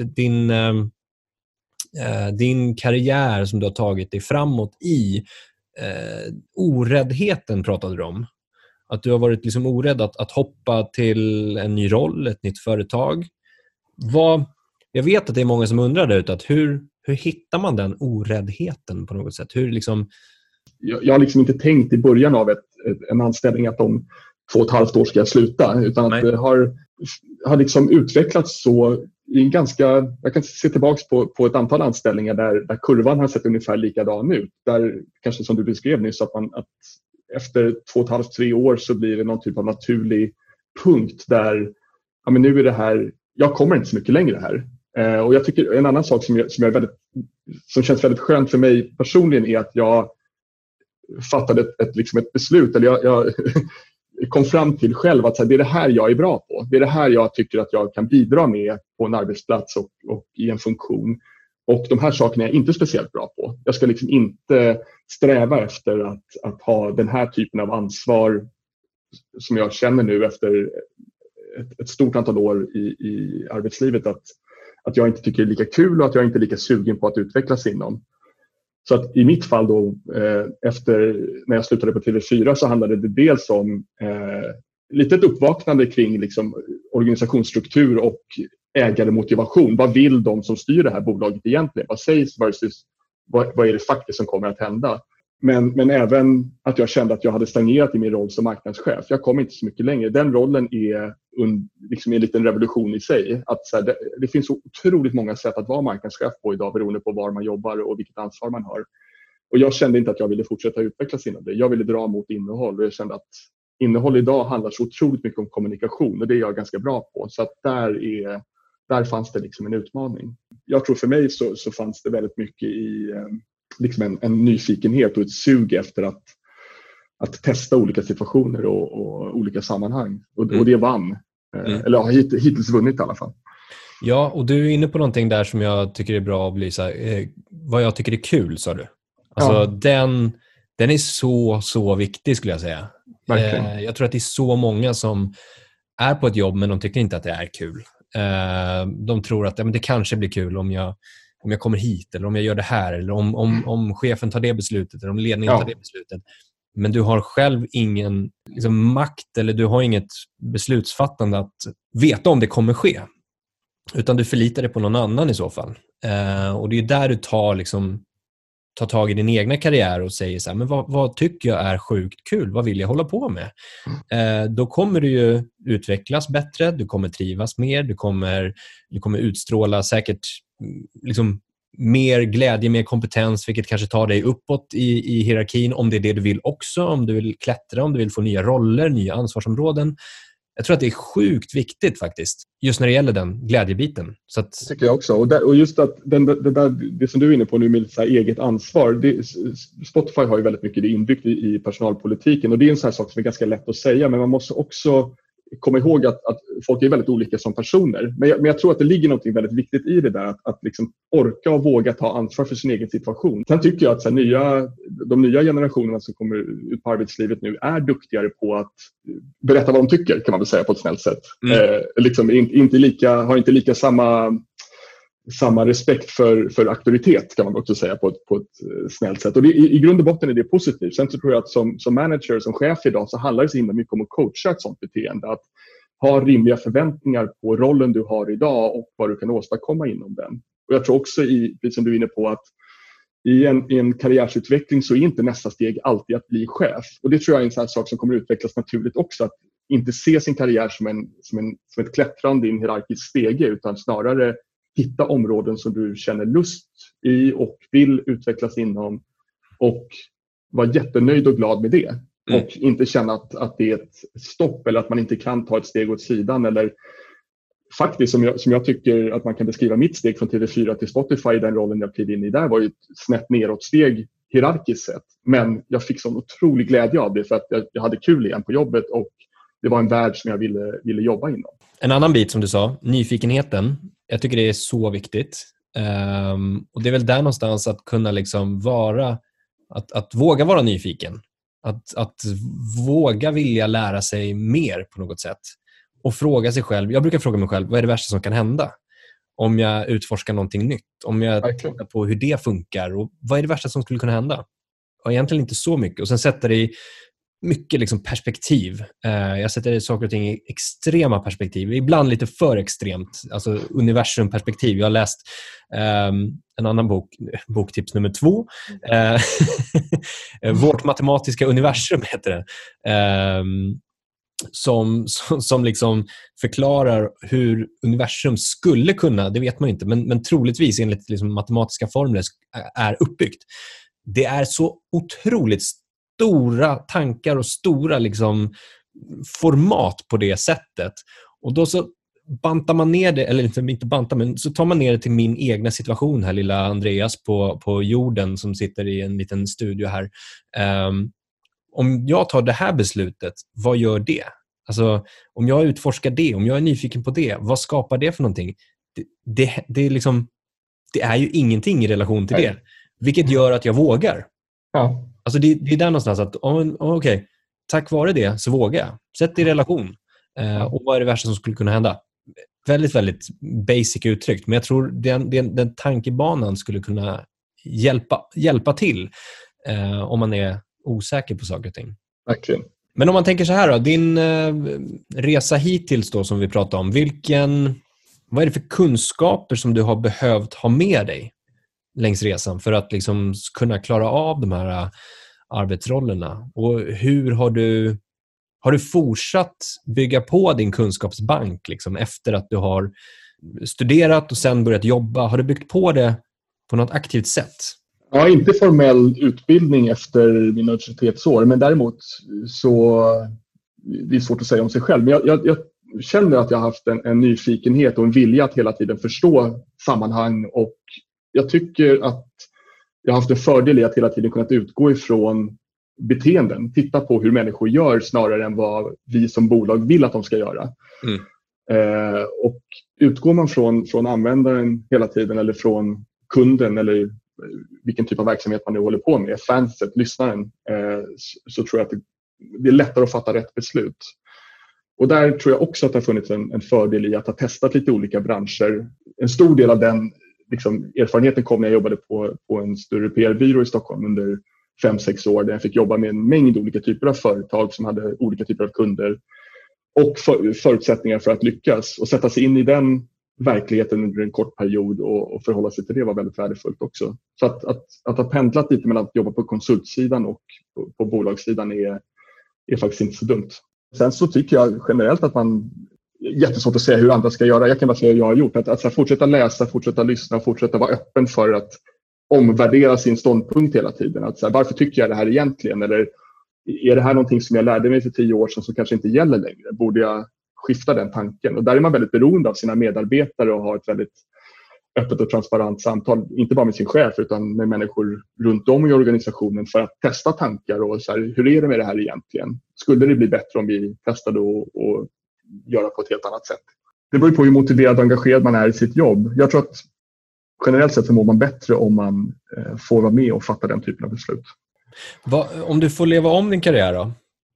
din karriär som du har tagit dig framåt i. Oräddheten pratade du om. Att du har varit liksom orädd att hoppa till en ny roll, ett nytt företag. Jag vet att det är många som undrar där ute, att hur hittar man den oräddheten på något sätt? Hur liksom... Jag har liksom inte tänkt i början av en anställning att om 2,5 år ska jag sluta, utan att det har liksom utvecklats så i en ganska, jag kan se tillbaka på ett antal anställningar där kurvan har sett ungefär likadan ut. Där kanske som du beskrev nyss, att efter 2,5-3 år så blir det någon typ av naturlig punkt där men nu är det här, jag kommer inte så mycket längre här. Och jag tycker en annan sak som känns väldigt skönt för mig personligen är att jag fattade ett beslut, eller jag kom fram till själv att det är det här jag är bra på. Det är det här jag tycker att jag kan bidra med på en arbetsplats och i en funktion. Och de här sakerna är jag inte speciellt bra på. Jag ska liksom inte sträva efter att ha den här typen av ansvar som jag känner nu efter ett stort antal år i arbetslivet, att jag inte tycker det är lika kul och att jag inte är lika sugen på att utvecklas inom. Så att i mitt fall då, efter när jag slutade på TV4, så handlade det dels om lite ett uppvaknande kring liksom organisationsstruktur och ägaremotivation. Vad vill de som styr det här bolaget egentligen? Vad sägs versus vad är det faktiskt som kommer att hända? Men även att jag kände att jag hade stagnerat i min roll som marknadschef. Jag kom inte så mycket längre. Den rollen är liksom en liten revolution i sig. Att så här, det finns så otroligt många sätt att vara marknadschef på idag beroende på var man jobbar och vilket ansvar man har. Och jag kände inte att jag ville fortsätta utvecklas inom det. Jag ville dra mot innehåll och jag kände att innehåll idag handlar så otroligt mycket om kommunikation och det är jag ganska bra på. Så att där fanns det liksom en utmaning. Jag tror för mig så fanns det väldigt mycket i liksom en nyfikenhet och ett sug efter att testa olika situationer och olika sammanhang. Och det vann. Eller har hittills vunnit i alla fall. Ja, och du är inne på någonting där som jag tycker är bra att belysa. Vad jag tycker är kul, sa du. Alltså den är så viktig skulle jag säga. Jag tror att det är så många som är på ett jobb men de tycker inte att det är kul. De tror att det kanske blir kul om jag kommer hit eller om jag gör det här eller om chefen tar det beslutet eller om ledningen tar det beslutet. Men du har själv ingen liksom, makt eller du har inget beslutsfattande att veta om det kommer ske. Utan du förlitar dig på någon annan i så fall. Och det är där du tar tag i din egna karriär och säger så här, men vad tycker jag är sjukt kul? Vad vill jag hålla på med? Då kommer du ju utvecklas bättre, du kommer trivas mer, du kommer utstråla säkert liksom mer glädje, mer kompetens, vilket kanske tar dig uppåt i hierarkin om det är det du vill också, om du vill klättra, om du vill få nya roller, nya ansvarsområden. Jag tror att det är sjukt viktigt faktiskt, just när det gäller den glädjebiten. Så att... Det tycker jag också. Och just att det som du är inne på nu med så här eget ansvar, Spotify har ju väldigt mycket det inbyggt i personalpolitiken och det är en sån här sak som är ganska lätt att säga, men man måste också komma ihåg att folk är väldigt olika som personer. Men jag tror att det ligger något väldigt viktigt i det där, att liksom orka och våga ta ansvar för sin egen situation. Sen tycker jag att så här, de nya generationerna som kommer ut på arbetslivet nu är duktigare på att berätta vad de tycker, kan man väl säga på ett snällt sätt. Liksom har inte lika samma respekt för auktoritet, kan man också säga på ett snällt sätt. Och i grund och botten är det positivt. Sen så tror jag att som manager, som chef idag, så handlar det så himla mycket om att coacha ett sånt beteende. Att ha rimliga förväntningar på rollen du har idag och vad du kan åstadkomma inom den. Och jag tror också, precis som du är inne på, att i en karriärsutveckling så är inte nästa steg alltid att bli chef. Och det tror jag är en sån här sak som kommer utvecklas naturligt också. Att inte se sin karriär som ett klättrande i en hierarkisk stege, utan snarare hitta områden som du känner lust i och vill utvecklas inom och vara jättenöjd och glad med det. Och inte känna att det är ett stopp eller att man inte kan ta ett steg åt sidan. Eller faktiskt, som jag tycker att man kan beskriva mitt steg från TV4 till Spotify, den rollen jag klev in i där, var ju ett snett neråtsteg hierarkiskt sett. Men jag fick sån otrolig glädje av det för att jag hade kul igen på jobbet och det var en värld som jag ville jobba inom. En annan bit som du sa, nyfikenheten. Jag tycker det är så viktigt. Och det är väl där någonstans att kunna liksom vara, att våga vara nyfiken. Att våga vilja lära sig mer på något sätt. Och fråga sig själv, jag brukar fråga mig själv, vad är det värsta som kan hända? Om jag utforskar någonting nytt. Om jag tittar på hur det funkar. Och vad är det värsta som skulle kunna hända? Och egentligen inte så mycket. Och sen sätter det i mycket liksom perspektiv. Jag sätter saker och ting i extrema perspektiv. Ibland lite för extremt. Alltså universumperspektiv. Jag har läst en annan boktips nummer 2. Vårt matematiska universum heter det. Som liksom förklarar hur universum skulle kunna, det vet man inte, men troligtvis enligt liksom matematiska formler är uppbyggt. Det är så otroligt stora tankar och stora liksom format på det sättet. Och då så bantar man ner det, eller inte bantar, men så tar man ner det till min egna situation här, lilla Andreas på jorden som sitter i en liten studio här. Om jag tar det här beslutet, vad gör det? Alltså, om jag utforskar det, om jag är nyfiken på det, vad skapar det för någonting? Det är liksom, det är ju ingenting i relation till det. Vilket gör att jag vågar. Ja. Alltså det är där någonstans att, okej, tack vare det så vågar jag. Sätt det i relation. Och vad är det värsta som skulle kunna hända? Väldigt, väldigt basic uttryckt. Men jag tror den tankebanan skulle kunna hjälpa till om man är osäker på saker och ting. Verkligen. Men om man tänker så här då, din resa hittills då som vi pratade om, vad är det för kunskaper som du har behövt ha med dig längs resan för att liksom kunna klara av de här arbetsrollerna? Och hur har du Har du fortsatt bygga på din kunskapsbank liksom, efter att du har studerat och sen börjat jobba? Har du byggt på det på något aktivt sätt? Ja, inte formell utbildning efter mina universitetsår, men däremot så det är svårt att säga om sig själv. Men jag känner att jag har haft en nyfikenhet och en vilja att hela tiden förstå sammanhang, och jag tycker att jag har haft en fördel i att hela tiden kunnat utgå ifrån beteenden. Titta på hur människor gör snarare än vad vi som bolag vill att de ska göra. Och utgår man från användaren hela tiden eller från kunden eller vilken typ av verksamhet man nu håller på med, fanset, lyssnaren, så tror jag att det är lättare att fatta rätt beslut. Och där tror jag också att det har funnits en fördel i att ha testat lite olika branscher. En stor del av den erfarenheten kom när jag jobbade på en större PR-byrå i Stockholm under 5-6 år, där jag fick jobba med en mängd olika typer av företag som hade olika typer av kunder och förutsättningar för att lyckas. Och sätta sig in i den verkligheten under en kort period och förhålla sig till det var väldigt värdefullt också. Så att ha pendlat lite mellan att jobba på konsultsidan och på bolagssidan är faktiskt inte så dumt. Sen så tycker jag generellt att jättesvårt att säga hur andra ska göra. Jag kan bara säga hur jag har gjort. Att fortsätta läsa, fortsätta lyssna, fortsätta vara öppen för att omvärdera sin ståndpunkt hela tiden. Att varför tycker jag det här egentligen? Eller är det här någonting som jag lärde mig för 10 år sedan som kanske inte gäller längre? Borde jag skifta den tanken? Och där är man väldigt beroende av sina medarbetare och har ett väldigt öppet och transparent samtal. Inte bara med sin chef utan med människor runt om i organisationen för att testa tankar och hur är det med det här egentligen? Skulle det bli bättre om vi testade och göra på ett helt annat sätt? Det beror på hur motiverad och engagerad man är i sitt jobb. Jag tror att generellt sett så mår man bättre om man får vara med och fatta den typen av beslut. Om du får leva om din karriär då?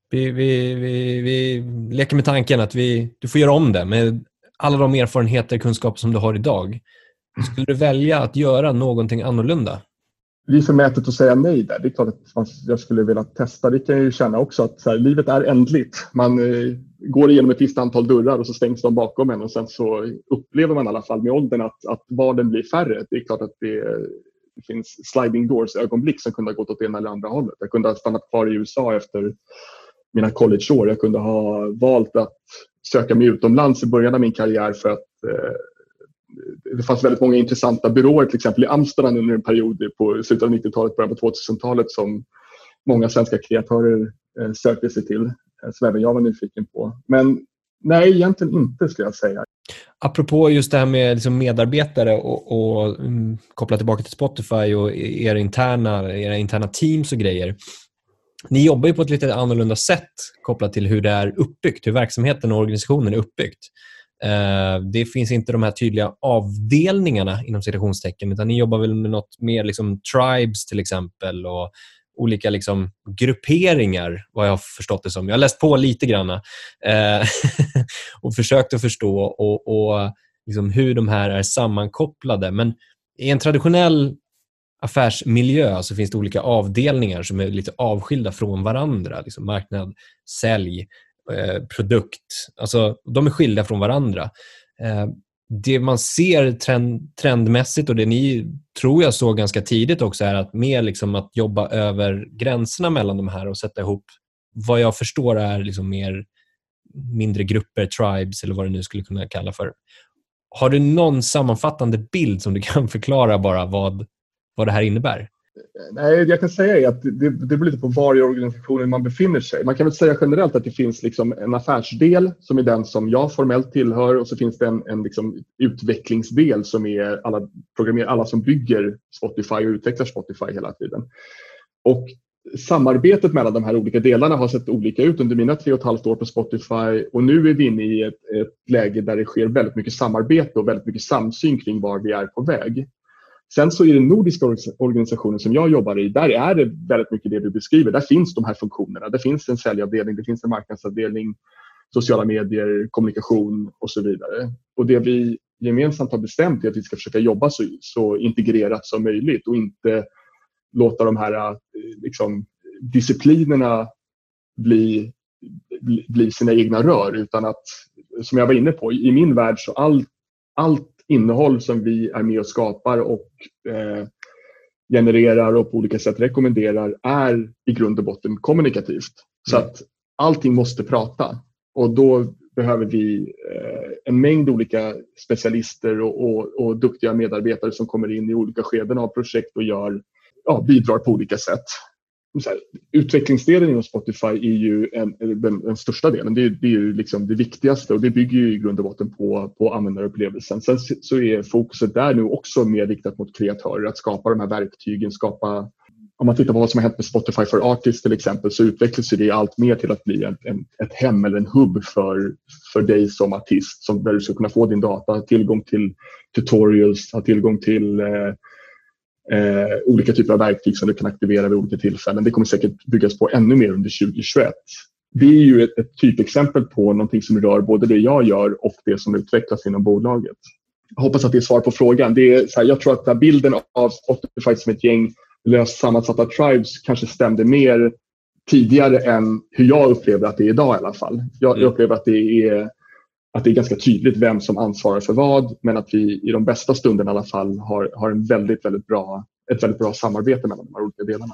Vi leker med tanken att du får göra om det med alla de erfarenheter och kunskaper som du har idag. Skulle du välja att göra någonting annorlunda? Det är förmätet att säga nej där. Det är klart att jag skulle vilja testa. Det kan jag ju känna också att livet är ändligt. Man går igenom ett visst antal dörrar och så stängs de bakom en och sen så upplever man i alla fall med åldern att valen blir färre. Det är klart att det finns sliding doors ögonblick som kunde ha gått åt ena eller andra hållet. Jag kunde ha stannat kvar i USA efter mina collegeår. Jag kunde ha valt att söka mig utomlands i början av min karriär för att det fanns väldigt många intressanta byråer till exempel i Amsterdam under en period på slutet av 90-talet, början på 2000-talet som många svenska kreatörer sökte sig till, som även jag var nyfiken på. Men nej, egentligen inte skulle jag säga. Apropå just det här med liksom medarbetare och koppla tillbaka till Spotify och era interna teams och grejer. Ni jobbar ju på ett lite annorlunda sätt kopplat till hur det är uppbyggt, hur verksamheten och organisationen är uppbyggt. Det finns inte de här tydliga avdelningarna inom citationstecken, utan ni jobbar väl med något mer liksom tribes till exempel och olika liksom grupperingar, vad jag har förstått det som. Jag har läst på lite grann och försökt att förstå och liksom hur de här är sammankopplade. Men i en traditionell affärsmiljö så finns det olika avdelningar som är lite avskilda från varandra. Liksom marknad, sälj, produkt. Alltså, de är skilda från varandra. Det man ser trendmässigt och det ni tror jag såg ganska tidigt också är att mer liksom att jobba över gränserna mellan de här och sätta ihop vad jag förstår är liksom mer mindre grupper, tribes eller vad det nu skulle kunna kalla för. Har du någon sammanfattande bild som du kan förklara bara vad det här innebär? Nej, jag kan säga att det beror lite på var i organisationen man befinner sig. Man kan väl säga generellt att det finns liksom en affärsdel som är den som jag formellt tillhör och så finns det en liksom utvecklingsdel som är alla som bygger Spotify och utvecklar Spotify hela tiden. Och samarbetet mellan de här olika delarna har sett olika ut under mina 3,5 år på Spotify och nu är vi inne i ett läge där det sker väldigt mycket samarbete och väldigt mycket samsyn kring var vi är på väg. Sen så i den nordiska organisationen som jag jobbar i, där är det väldigt mycket det du beskriver. Där finns de här funktionerna. Det finns en säljavdelning, det finns en marknadsavdelning, sociala medier, kommunikation och så vidare. Och det vi gemensamt har bestämt är att vi ska försöka jobba så integrerat som möjligt och inte låta de här liksom, disciplinerna bli sina egna rör. Utan att, som jag var inne på, i min värld så allt innehåll som vi är med och skapar och genererar och på olika sätt rekommenderar är i grund och botten kommunikativt. Så att allting måste prata. Och då behöver vi en mängd olika specialister och duktiga medarbetare som kommer in i olika skeden av projekt och bidrar på olika sätt. Utvecklingsdelen inom Spotify är ju den största delen. Det är ju liksom det viktigaste, och det bygger ju i grund och botten på användarupplevelsen. Sen så är fokuset där nu också mer riktat mot kreatörer, att skapa de här verktygen, om man tittar på vad som har hänt med Spotify for Artists till exempel, så utvecklas det allt mer till att bli ett hem eller en hubb för dig som artist, där du ska kunna få din data, ha tillgång till tutorials, ha tillgång till olika typer av verktyg som du kan aktivera vid olika tillfällen. Det kommer säkert byggas på ännu mer under 2021. Det är ju ett typexempel på någonting som rör både det jag gör och det som utvecklas inom bolaget. Jag hoppas att det är svar på frågan. Det är så här, jag tror att bilden av Spotify som ett gäng löst sammansatta tribes kanske stämde mer tidigare än hur jag upplever att det är idag i alla fall. Jag upplever att det är ganska tydligt vem som ansvarar för vad, men att vi i de bästa stunderna i alla fall har ett väldigt bra samarbete mellan de här olika delarna.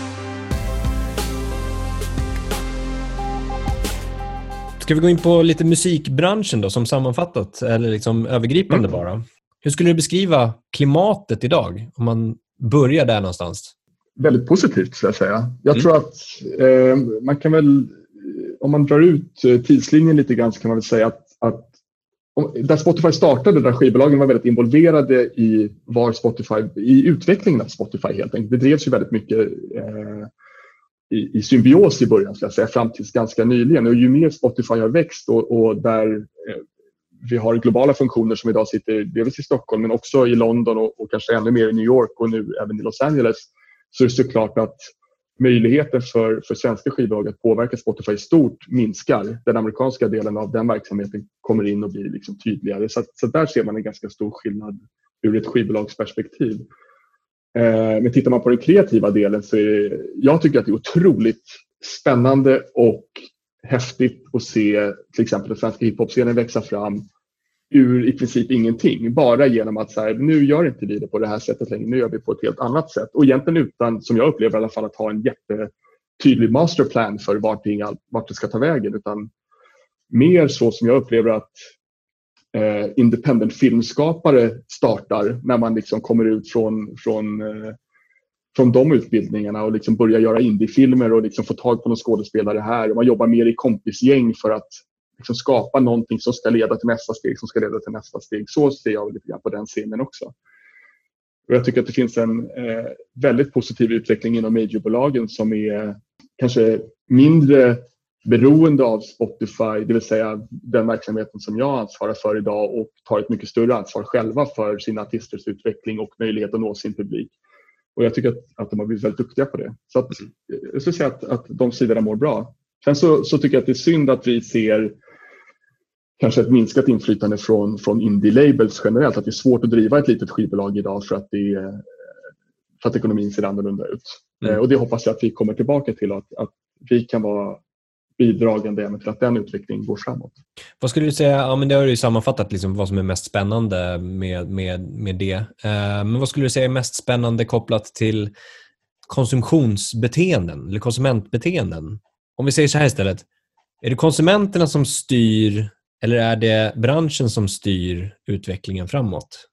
Ska vi gå in på lite musikbranschen då, som sammanfattat eller liksom övergripande bara? Hur skulle du beskriva klimatet idag om man börjar där någonstans? Väldigt positivt, skulle jag säga. Jag tror att man kan väl, om man drar ut tidslinjen lite grann, så kan man väl säga att där Spotify startade, där skivbolagen var väldigt involverade i utvecklingen av Spotify helt enkelt. Det drevs ju väldigt mycket i symbios i början, ska jag säga, fram tills ganska nyligen. Och ju mer Spotify har växt och där vi har globala funktioner som idag sitter delvis i Stockholm men också i London och kanske ännu mer i New York och nu även i Los Angeles, så är det såklart att möjligheten för svenska skivbolag att påverka Spotify stort minskar. Den amerikanska delen av den verksamheten kommer in och blir liksom tydligare. Så där ser man en ganska stor skillnad ur ett skivbolagsperspektiv. Men tittar man på den kreativa delen så jag tycker att det är otroligt spännande och häftigt att se till exempel den svenska hiphop-scenen växa fram ur i princip ingenting. Bara genom att så här, nu gör inte vi det på det här sättet längre, nu gör vi på ett helt annat sätt. Och egentligen utan, som jag upplever i alla fall, att ha en jättetydlig masterplan för vart det ska ta vägen. Utan mer så som jag upplever att independent filmskapare startar när man liksom kommer ut från de utbildningarna och liksom börjar göra indiefilmer och liksom få tag på någon skådespelare här. Och man jobbar mer i kompisgäng för att liksom skapa någonting som ska leda till nästa steg, som ska leda till nästa steg. Så ser jag lite grann på den scenen också. Och jag tycker att det finns en väldigt positiv utveckling inom majorbolagen som är kanske mindre beroende av Spotify, det vill säga den verksamheten som jag ansvarar för idag, och tar ett mycket större ansvar själva för sina artisters utveckling och möjlighet att nå sin publik. Och jag tycker att de har blivit väldigt duktiga på det. Så jag skulle säga att de sidorna mår bra. Sen så tycker jag att det är synd att vi ser kanske ett minskat inflytande från indie-labels generellt. Att det är svårt att driva ett litet skivbolag idag för att ekonomin ser annorlunda ut. Och det hoppas jag att vi kommer tillbaka till, att vi kan vara bidragande till att den utvecklingen går framåt. Vad skulle du säga, ja, men det har du ju sammanfattat liksom vad som är mest spännande med det. Men vad skulle du säga är mest spännande kopplat till konsumtionsbeteenden eller konsumentbeteenden? Om vi säger så här istället, är det konsumenterna som styr eller är det branschen som styr utvecklingen framåt?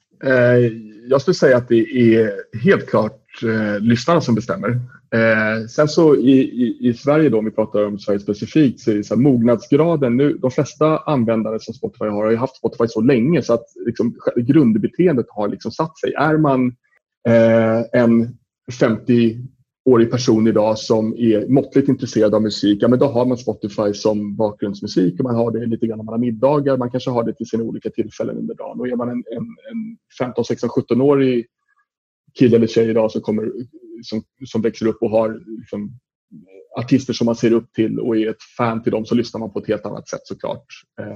Jag skulle säga att det är helt klart lyssnarna som bestämmer. Sen så i Sverige då, om vi pratar om Sverige specifikt, så är det så här, mognadsgraden nu, de flesta användare som Spotify har ju haft Spotify så länge så att liksom, grundbeteendet har liksom satt sig. Är man en 50-årig person idag som är måttligt intresserad av musik, ja men då har man Spotify som bakgrundsmusik, och man har det lite grann när man har middagar, man kanske har det till sina olika tillfällen under dagen. Och är man en 15, 16, 17-årig kille eller tjej idag som växer upp och har liksom artister som man ser upp till och är ett fan till dem, så lyssnar man på ett helt annat sätt såklart.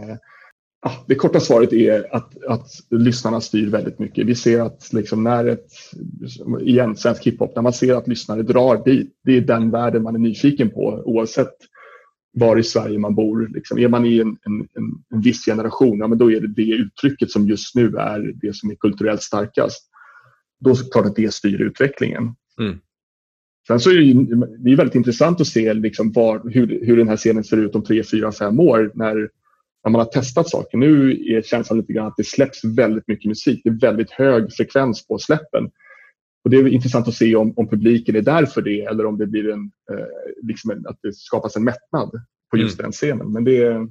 Det korta svaret är att lyssnarna styr väldigt mycket. Vi ser att liksom svensk hiphop, när man ser att lyssnare drar dit, det är den världen man är nyfiken på oavsett var i Sverige man bor. Liksom, är man i en viss generation, ja, men då är det uttrycket som just nu är det som är kulturellt starkast. Då är det klart att det styr utvecklingen. Sen så är det är väldigt intressant att se liksom hur den här scenen ser ut om 3, 4, 5 år när man har testat saker. Nu är känslan lite grann att det släpps väldigt mycket musik. Det är väldigt hög frekvens på släppen. Och det är intressant att se om publiken är där för det eller om det blir att det skapas en mättnad på just den scenen. Men det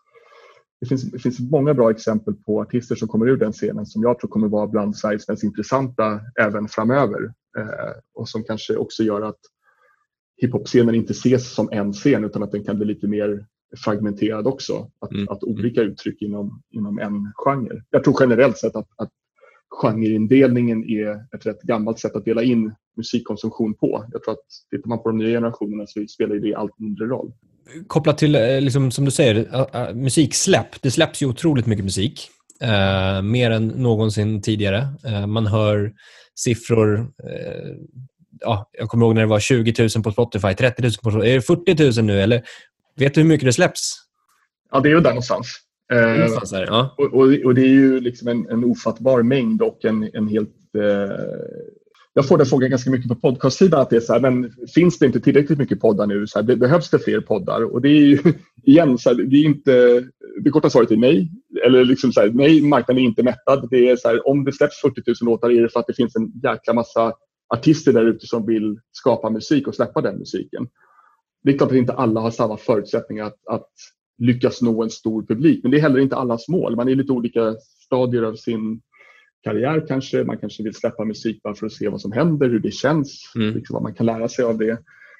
finns många bra exempel på artister som kommer ur den scenen som jag tror kommer vara bland Sveriges mest intressanta även framöver. Och som kanske också gör att hiphop-scenen inte ses som en scen utan att den kan bli lite mer fragmenterad också. Att olika uttryck inom en genre. Jag tror generellt sett att genreindelningen är ett rätt gammalt sätt att dela in musikkonsumtion på. Jag tror att tittar man på de nya generationerna så spelar det allt mindre roll. Kopplat till, liksom, som du säger, musiksläpp. Det släpps ju otroligt mycket musik. Mer än någonsin tidigare. Man hör siffror... jag kommer ihåg när det var 20 000 på Spotify, 30 000 på Spotify. Är det 40 000 nu? Eller vet du hur mycket det släpps? Ja, det är ju där någonstans. Och det är ju liksom en ofattbar mängd och en helt... Jag får den frågan ganska mycket på podcastsidan att det är så här, men finns det inte tillräckligt mycket poddar nu? Så här, behövs det fler poddar? Och det är ju igen så här, det är inte... Det korta svaret är nej. Eller liksom så här, nej, marknaden är inte mättad. Det är så här, om det släpps 40 000 låtar är det för att det finns en jäkla massa artister där ute som vill skapa musik och släppa den musiken. Det är klart att inte alla har samma förutsättningar att lyckas nå en stor publik. Men det är heller inte allas mål. Man är i lite olika stadier av sin karriär kanske. Man kanske vill släppa musik bara för att se vad som händer, hur det känns, liksom vad man kan lära sig av det.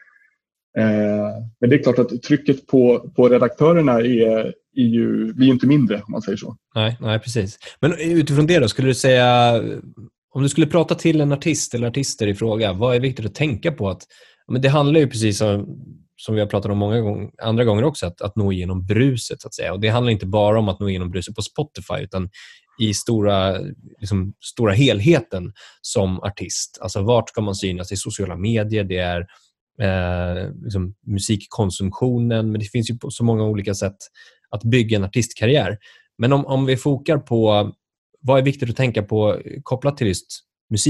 Men det är klart att trycket på redaktörerna blir inte mindre om man säger så. Nej, precis. Men utifrån det då, skulle du säga, om du skulle prata till en artist eller artister i fråga, vad är viktigt att tänka på? Men det handlar ju precis som vi har pratat om många andra gånger också, att nå igenom bruset så att säga. Och det handlar inte bara om att nå igenom bruset på Spotify utan i stora helheten som artist. Alltså vart ska man synas i sociala medier? Det är musikkonsumtionen, men det finns ju på så många olika sätt att bygga en artistkarriär. Men om vi fokar på vad är viktigt att tänka på kopplat till just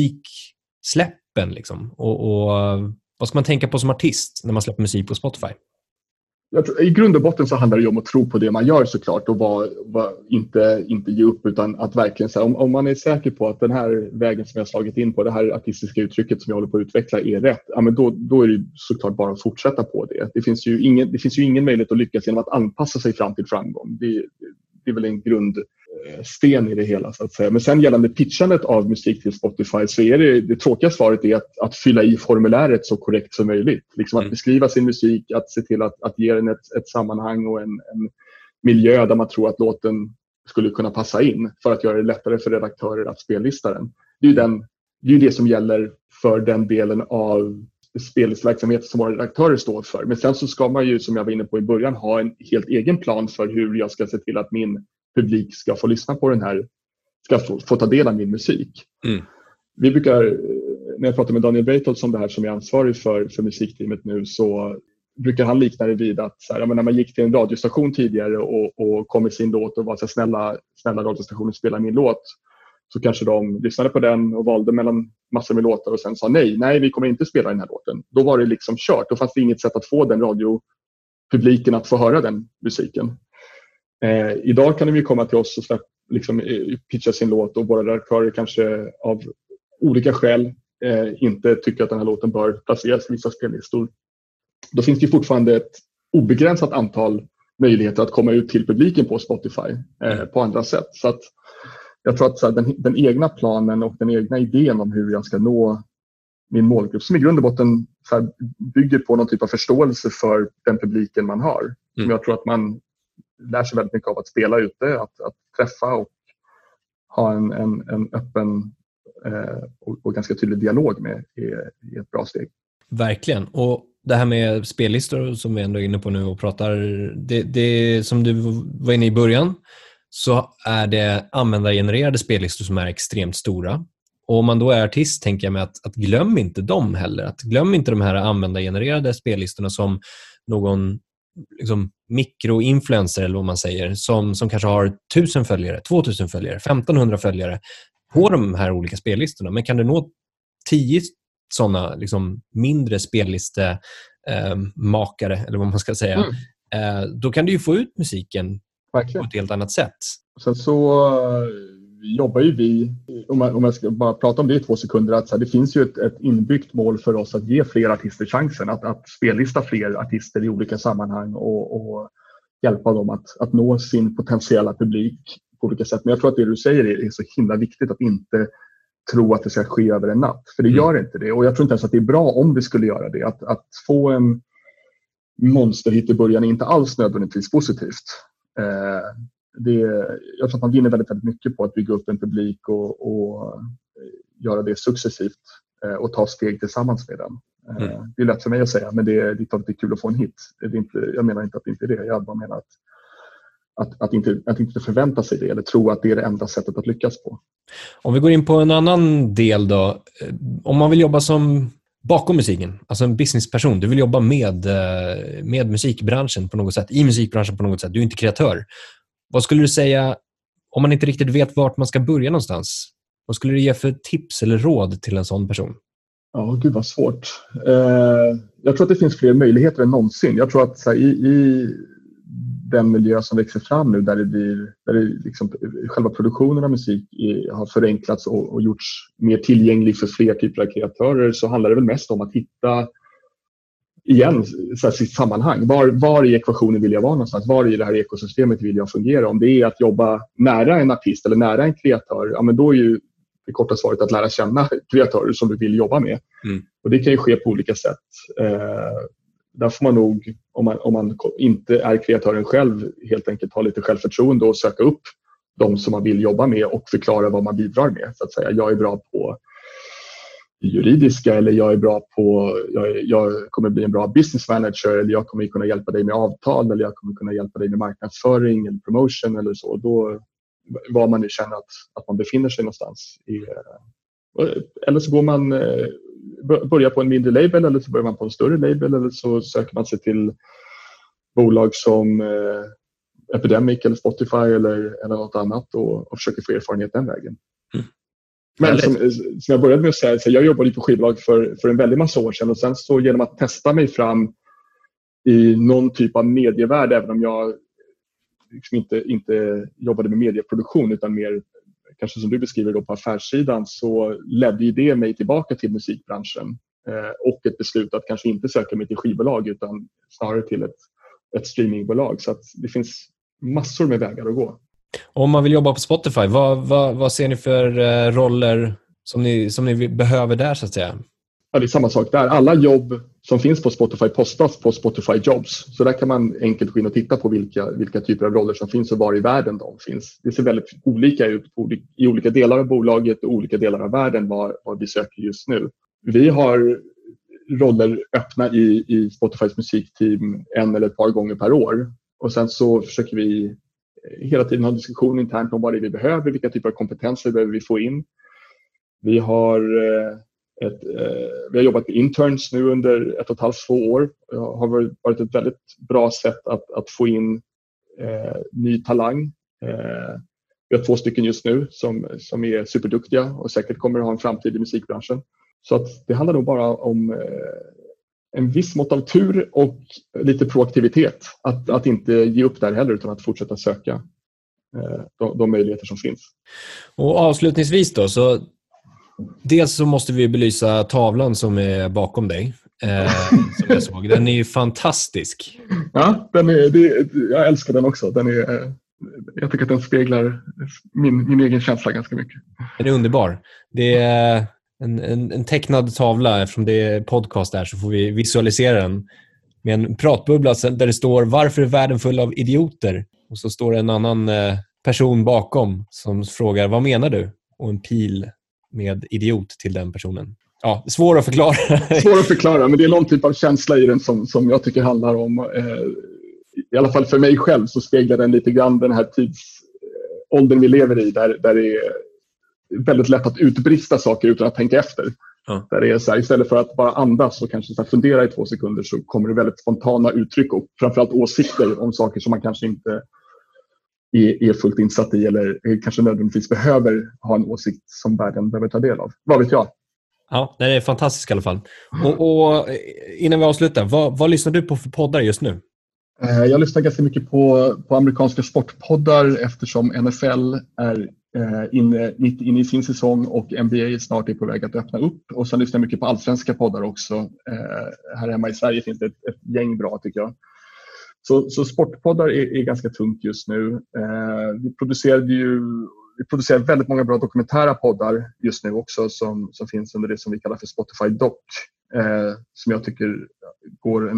musiksläppen liksom, och vad ska man tänka på som artist när man släpper musik på Spotify? Jag tror, i grund och botten så handlar det om att tro på det man gör såklart och inte ge upp utan att verkligen säga om man är säker på att den här vägen som jag har slagit in på, det här artistiska uttrycket som jag håller på att utveckla är rätt, ja, men då är det såklart bara att fortsätta på det. Det finns ju ingen möjlighet att lyckas genom att anpassa sig fram till framgång. Det är väl en grundsten i det hela så att säga. Men sen gällande pitchandet av musik till Spotify så är det tråkiga svaret är att fylla i formuläret så korrekt som möjligt. Liksom att beskriva sin musik, att se till att ge den ett sammanhang och en miljö där man tror att låten skulle kunna passa in för att göra det lättare för redaktörer att spellista den. Det är ju det som gäller för den delen av spelverksamhet som våra redaktörer står för. Men sen så ska man ju, som jag var inne på i början, ha en helt egen plan för hur jag ska se till att min publik ska få lyssna på den här, ska få ta del av min musik. Vi brukar, när jag pratar med Daniel Breitholtz om det här som är ansvarig för musikteamet nu, så brukar han likna det vid att så här, när man gick till en radiostation tidigare och kom med sin låt och var så här, snälla radiostationen spelar min låt, så kanske de lyssnade på den och valde mellan massor med låtar och sen sa nej, vi kommer inte spela den här låten. Då var det liksom kört. Då fanns det inget sätt att få den radiopubliken att få höra den musiken. Idag kan de ju komma till oss och pitcha sin låt och våra redaktörer kanske av olika skäl inte tycker att den här låten bör placeras i vissa spellistor. Då finns det ju fortfarande ett obegränsat antal möjligheter att komma ut till publiken på Spotify på andra sätt. Så att jag tror att så här, den egna planen och den egna idén om hur jag ska nå min målgrupp som i grund och botten så här, bygger på någon typ av förståelse för den publiken man har. Som jag tror att man lär sig väldigt mycket av att spela ute, att träffa och ha en öppen och ganska tydlig dialog med är ett bra steg. Verkligen. Och det här med spellistor som vi ändå är inne på nu och pratar, det som du var inne i början, så är det användargenererade spellistor som är extremt stora. Och om man då är artist tänker jag mig att glöm inte dem heller. Att glöm inte de här användargenererade spellistorna som någon liksom mikroinfluencer eller vad man säger som kanske har 1000 följare, 2000 följare, 1500 följare på de här olika spellistorna. Men kan du nå 10 sådana liksom mindre spelliste makare, eller vad man ska säga. Då kan du ju få ut musiken Verkligen. på ett helt annat sätt. Sen så jobbar ju vi, om jag ska bara prata om det i 2 sekunder, att så här, det finns ju ett inbyggt mål för oss att ge fler artister chansen, att spellista fler artister i olika sammanhang och hjälpa dem att nå sin potentiella publik på olika sätt. Men jag tror att det du säger är så himla viktigt, att inte tro att det ska ske över en natt. För det gör inte det. Och jag tror inte ens att det är bra om det skulle göra det. Att få en monsterhit i början är inte alls nödvändigtvis positivt. Jag tror att man vinner väldigt, väldigt mycket på att bygga upp en publik och göra det successivt och ta steg tillsammans med den. Det är lätt för mig att säga, men det är kul att få en hit. Jag menar inte att det inte är det. Jag bara menar att inte förvänta sig det eller tro att det är det enda sättet att lyckas på. Om vi går in på en annan del då. Om man vill jobba som bakom musiken, alltså en businessperson, du vill jobba med musikbranschen på något sätt, i musikbranschen på något sätt, du är inte kreatör. Vad skulle du säga om man inte riktigt vet vart man ska börja någonstans? Vad skulle du ge för tips eller råd till en sån person? Ja, gud vad svårt. Jag tror att det finns fler möjligheter än någonsin. Jag tror att så här, i den miljö som växer fram nu, där det liksom, själva produktionen av musik har förenklats och gjorts mer tillgänglig för fler typer av kreatörer, så handlar det väl mest om att hitta igen så här, sitt sammanhang. Var i ekvationen vill jag vara någonstans? Var i det här ekosystemet vill jag fungera? Om det är att jobba nära en artist eller nära en kreatör, ja, men då är ju det korta svaret att lära känna kreatörer som du vill jobba med. Och det kan ju ske på olika sätt. Där får man nog, om man inte är kreatören själv, helt enkelt ha lite självförtroende och söka upp de som man vill jobba med och förklara vad man bidrar med. Så att säga, jag är bra på juridiska, eller jag är bra på, jag kommer bli en bra business manager, eller jag kommer kunna hjälpa dig med avtal, eller jag kommer kunna hjälpa dig med marknadsföring eller promotion eller så. Då, var man nu känner att man befinner sig någonstans. Eller så går man börjar på en mindre label, eller så börjar man på en större label, eller så söker man sig till bolag som Epidemic eller Spotify eller något annat och försöker få erfarenhet den vägen. Men som jag började med att säga, så jag jobbade på skivbolag för en väldig massa år sedan, och sen så genom att testa mig fram i någon typ av medievärld, även om jag liksom inte jobbade med medieproduktion utan mer kanske som du beskriver då på affärssidan, så ledde ju det mig tillbaka till musikbranschen och ett beslut att kanske inte söka mig till skivbolag utan snarare till ett streamingbolag. Så att det finns massor med vägar att gå. Om man vill jobba på Spotify, vad ser ni för roller som ni behöver där, så att säga? Ja, det är samma sak där. Alla jobb som finns på Spotify postas på Spotify Jobs. Så där kan man enkelt gå in och titta på vilka typer av roller som finns och var i världen de finns. Det ser väldigt olika ut i olika delar av bolaget och olika delar av världen vad vi söker just nu. Vi har roller öppna i Spotifys musikteam 1 eller ett par gånger per år. Och sen så försöker vi hela tiden ha diskussion internt om vad det är vi behöver, vilka typer av kompetenser behöver vi få in. Vi har jobbat med interns nu under 1,5-2 år. Det har varit ett väldigt bra sätt att få in ny talang. Vi har 2 stycken just nu som är superduktiga och säkert kommer att ha en framtid i musikbranschen. Så att det handlar nog bara om en viss mått av tur och lite proaktivitet. Att inte ge upp där heller, utan att fortsätta söka de möjligheter som finns. Och avslutningsvis då, så dels så måste vi belysa tavlan som är bakom dig. Som jag såg. Den är ju fantastisk. Ja, jag älskar den också. Jag tycker att den speglar min egen känsla ganska mycket. Den är underbar. Det är en tecknad tavla. Eftersom det är podcast där så får vi visualisera den med en pratbubbla där det står "Varför är världen full av idioter?" Och så står det en annan person bakom som frågar "Vad menar du?" Och en pil med idiot till den personen. Ja, svår att förklara. Svår att förklara, men det är någon typ av känsla i den som jag tycker handlar om, i alla fall för mig själv, så speglar den lite grann den här tidsåldern vi lever i, där det är väldigt lätt att utbrista saker utan att tänka efter. Ja. Där det är så här, istället för att bara andas och kanske så här fundera i 2 sekunder, så kommer det väldigt spontana uttryck och framförallt åsikter om saker som man kanske inte är fullt insatt i eller kanske nödvändigtvis behöver ha en åsikt som världen behöver ta del av. Vad vet jag? Ja, det är fantastiskt i alla fall. Och innan vi avslutar, vad lyssnar du på för poddar just nu? Jag lyssnar ganska mycket på amerikanska sportpoddar eftersom NFL är mitt inne i sin säsong och NBA snart är på väg att öppna upp. Och sen lyssnar jag mycket på allsvenska poddar också. Här hemma i Sverige finns det ett gäng bra tycker jag. Så sportpoddar är ganska tungt just nu. Vi producerar väldigt många bra dokumentära poddar just nu också som finns under det som vi kallar för Spotify Doc. Som jag tycker går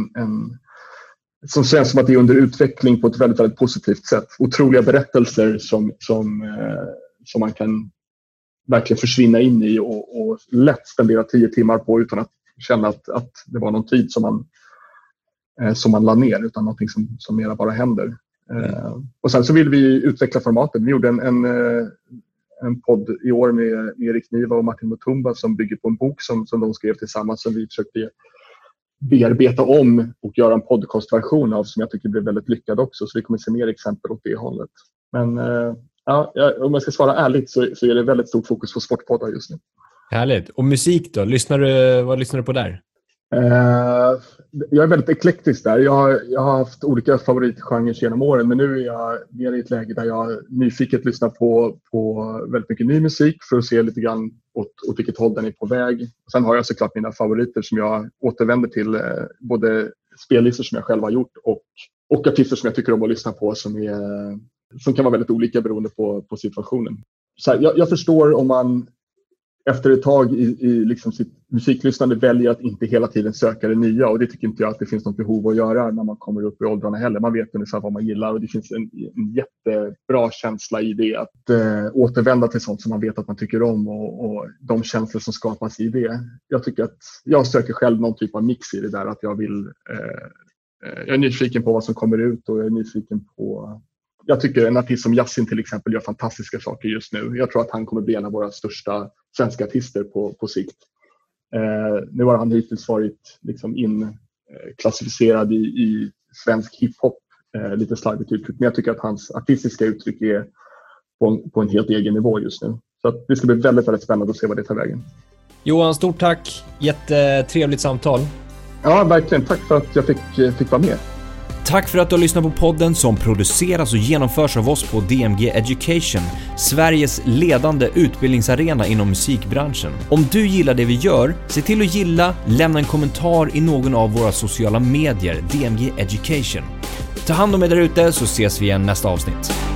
som känns som att det är under utveckling på ett väldigt, väldigt positivt sätt. Otroliga berättelser som man kan verkligen försvinna in i och lätt spendera 10 timmar på utan att känna att det var någon tid som man la ner, utan någonting som mera bara händer. Och sen så vill vi utveckla formatet. Vi gjorde en podd i år med Erik Niva och Martin Mutumba som bygger på en bok som de skrev tillsammans som vi försökte bearbeta om och göra en podcastversion av som jag tycker blev väldigt lyckad också. Så vi kommer se mer exempel åt det hållet. Men om jag ska svara ärligt så är det väldigt stort fokus på sportpoddar just nu. Härligt. Och musik då? Vad lyssnar du på där? Jag är väldigt eklektisk där. Jag har haft olika favoritgenrer genom åren, men nu är jag mer i ett läge där jag nyfiket lyssnar på väldigt mycket ny musik för att se lite grann åt vilket håll den är på väg. Sen har jag såklart mina favoriter som jag återvänder till, både spellistor som jag själv har gjort och artister som jag tycker om att lyssna på som kan vara väldigt olika beroende på situationen. Så här, jag förstår om man efter ett tag i liksom sitt musiklyssnande väljer att inte hela tiden söka det nya, och det tycker inte jag att det finns något behov att göra när man kommer upp i åldrarna heller. Man vet ungefär vad man gillar och det finns en jättebra känsla i det att återvända till sånt som man vet att man tycker om och de känslor som skapas i det. Jag tycker att jag söker själv någon typ av mix i det där, att jag är nyfiken på vad som kommer ut och jag är nyfiken på. Jag tycker en artist som Yasin till exempel gör fantastiska saker just nu. Jag tror att han kommer bli en av våra största svenska artister på sikt. Nu har han hittills varit liksom klassificerad i svensk hiphop, lite slarvigt uttryck. Men jag tycker att hans artistiska uttryck är på en helt egen nivå just nu. Så att det ska bli väldigt, väldigt spännande att se vad det tar vägen. Johan, stort tack. Jättetrevligt samtal. Ja, verkligen. Tack för att jag fick vara med. Tack för att du har lyssnat på podden som produceras och genomförs av oss på DMG Education, Sveriges ledande utbildningsarena inom musikbranschen. Om du gillar det vi gör, se till att gilla, lämna en kommentar i någon av våra sociala medier, DMG Education. Ta hand om er där ute så ses vi igen nästa avsnitt.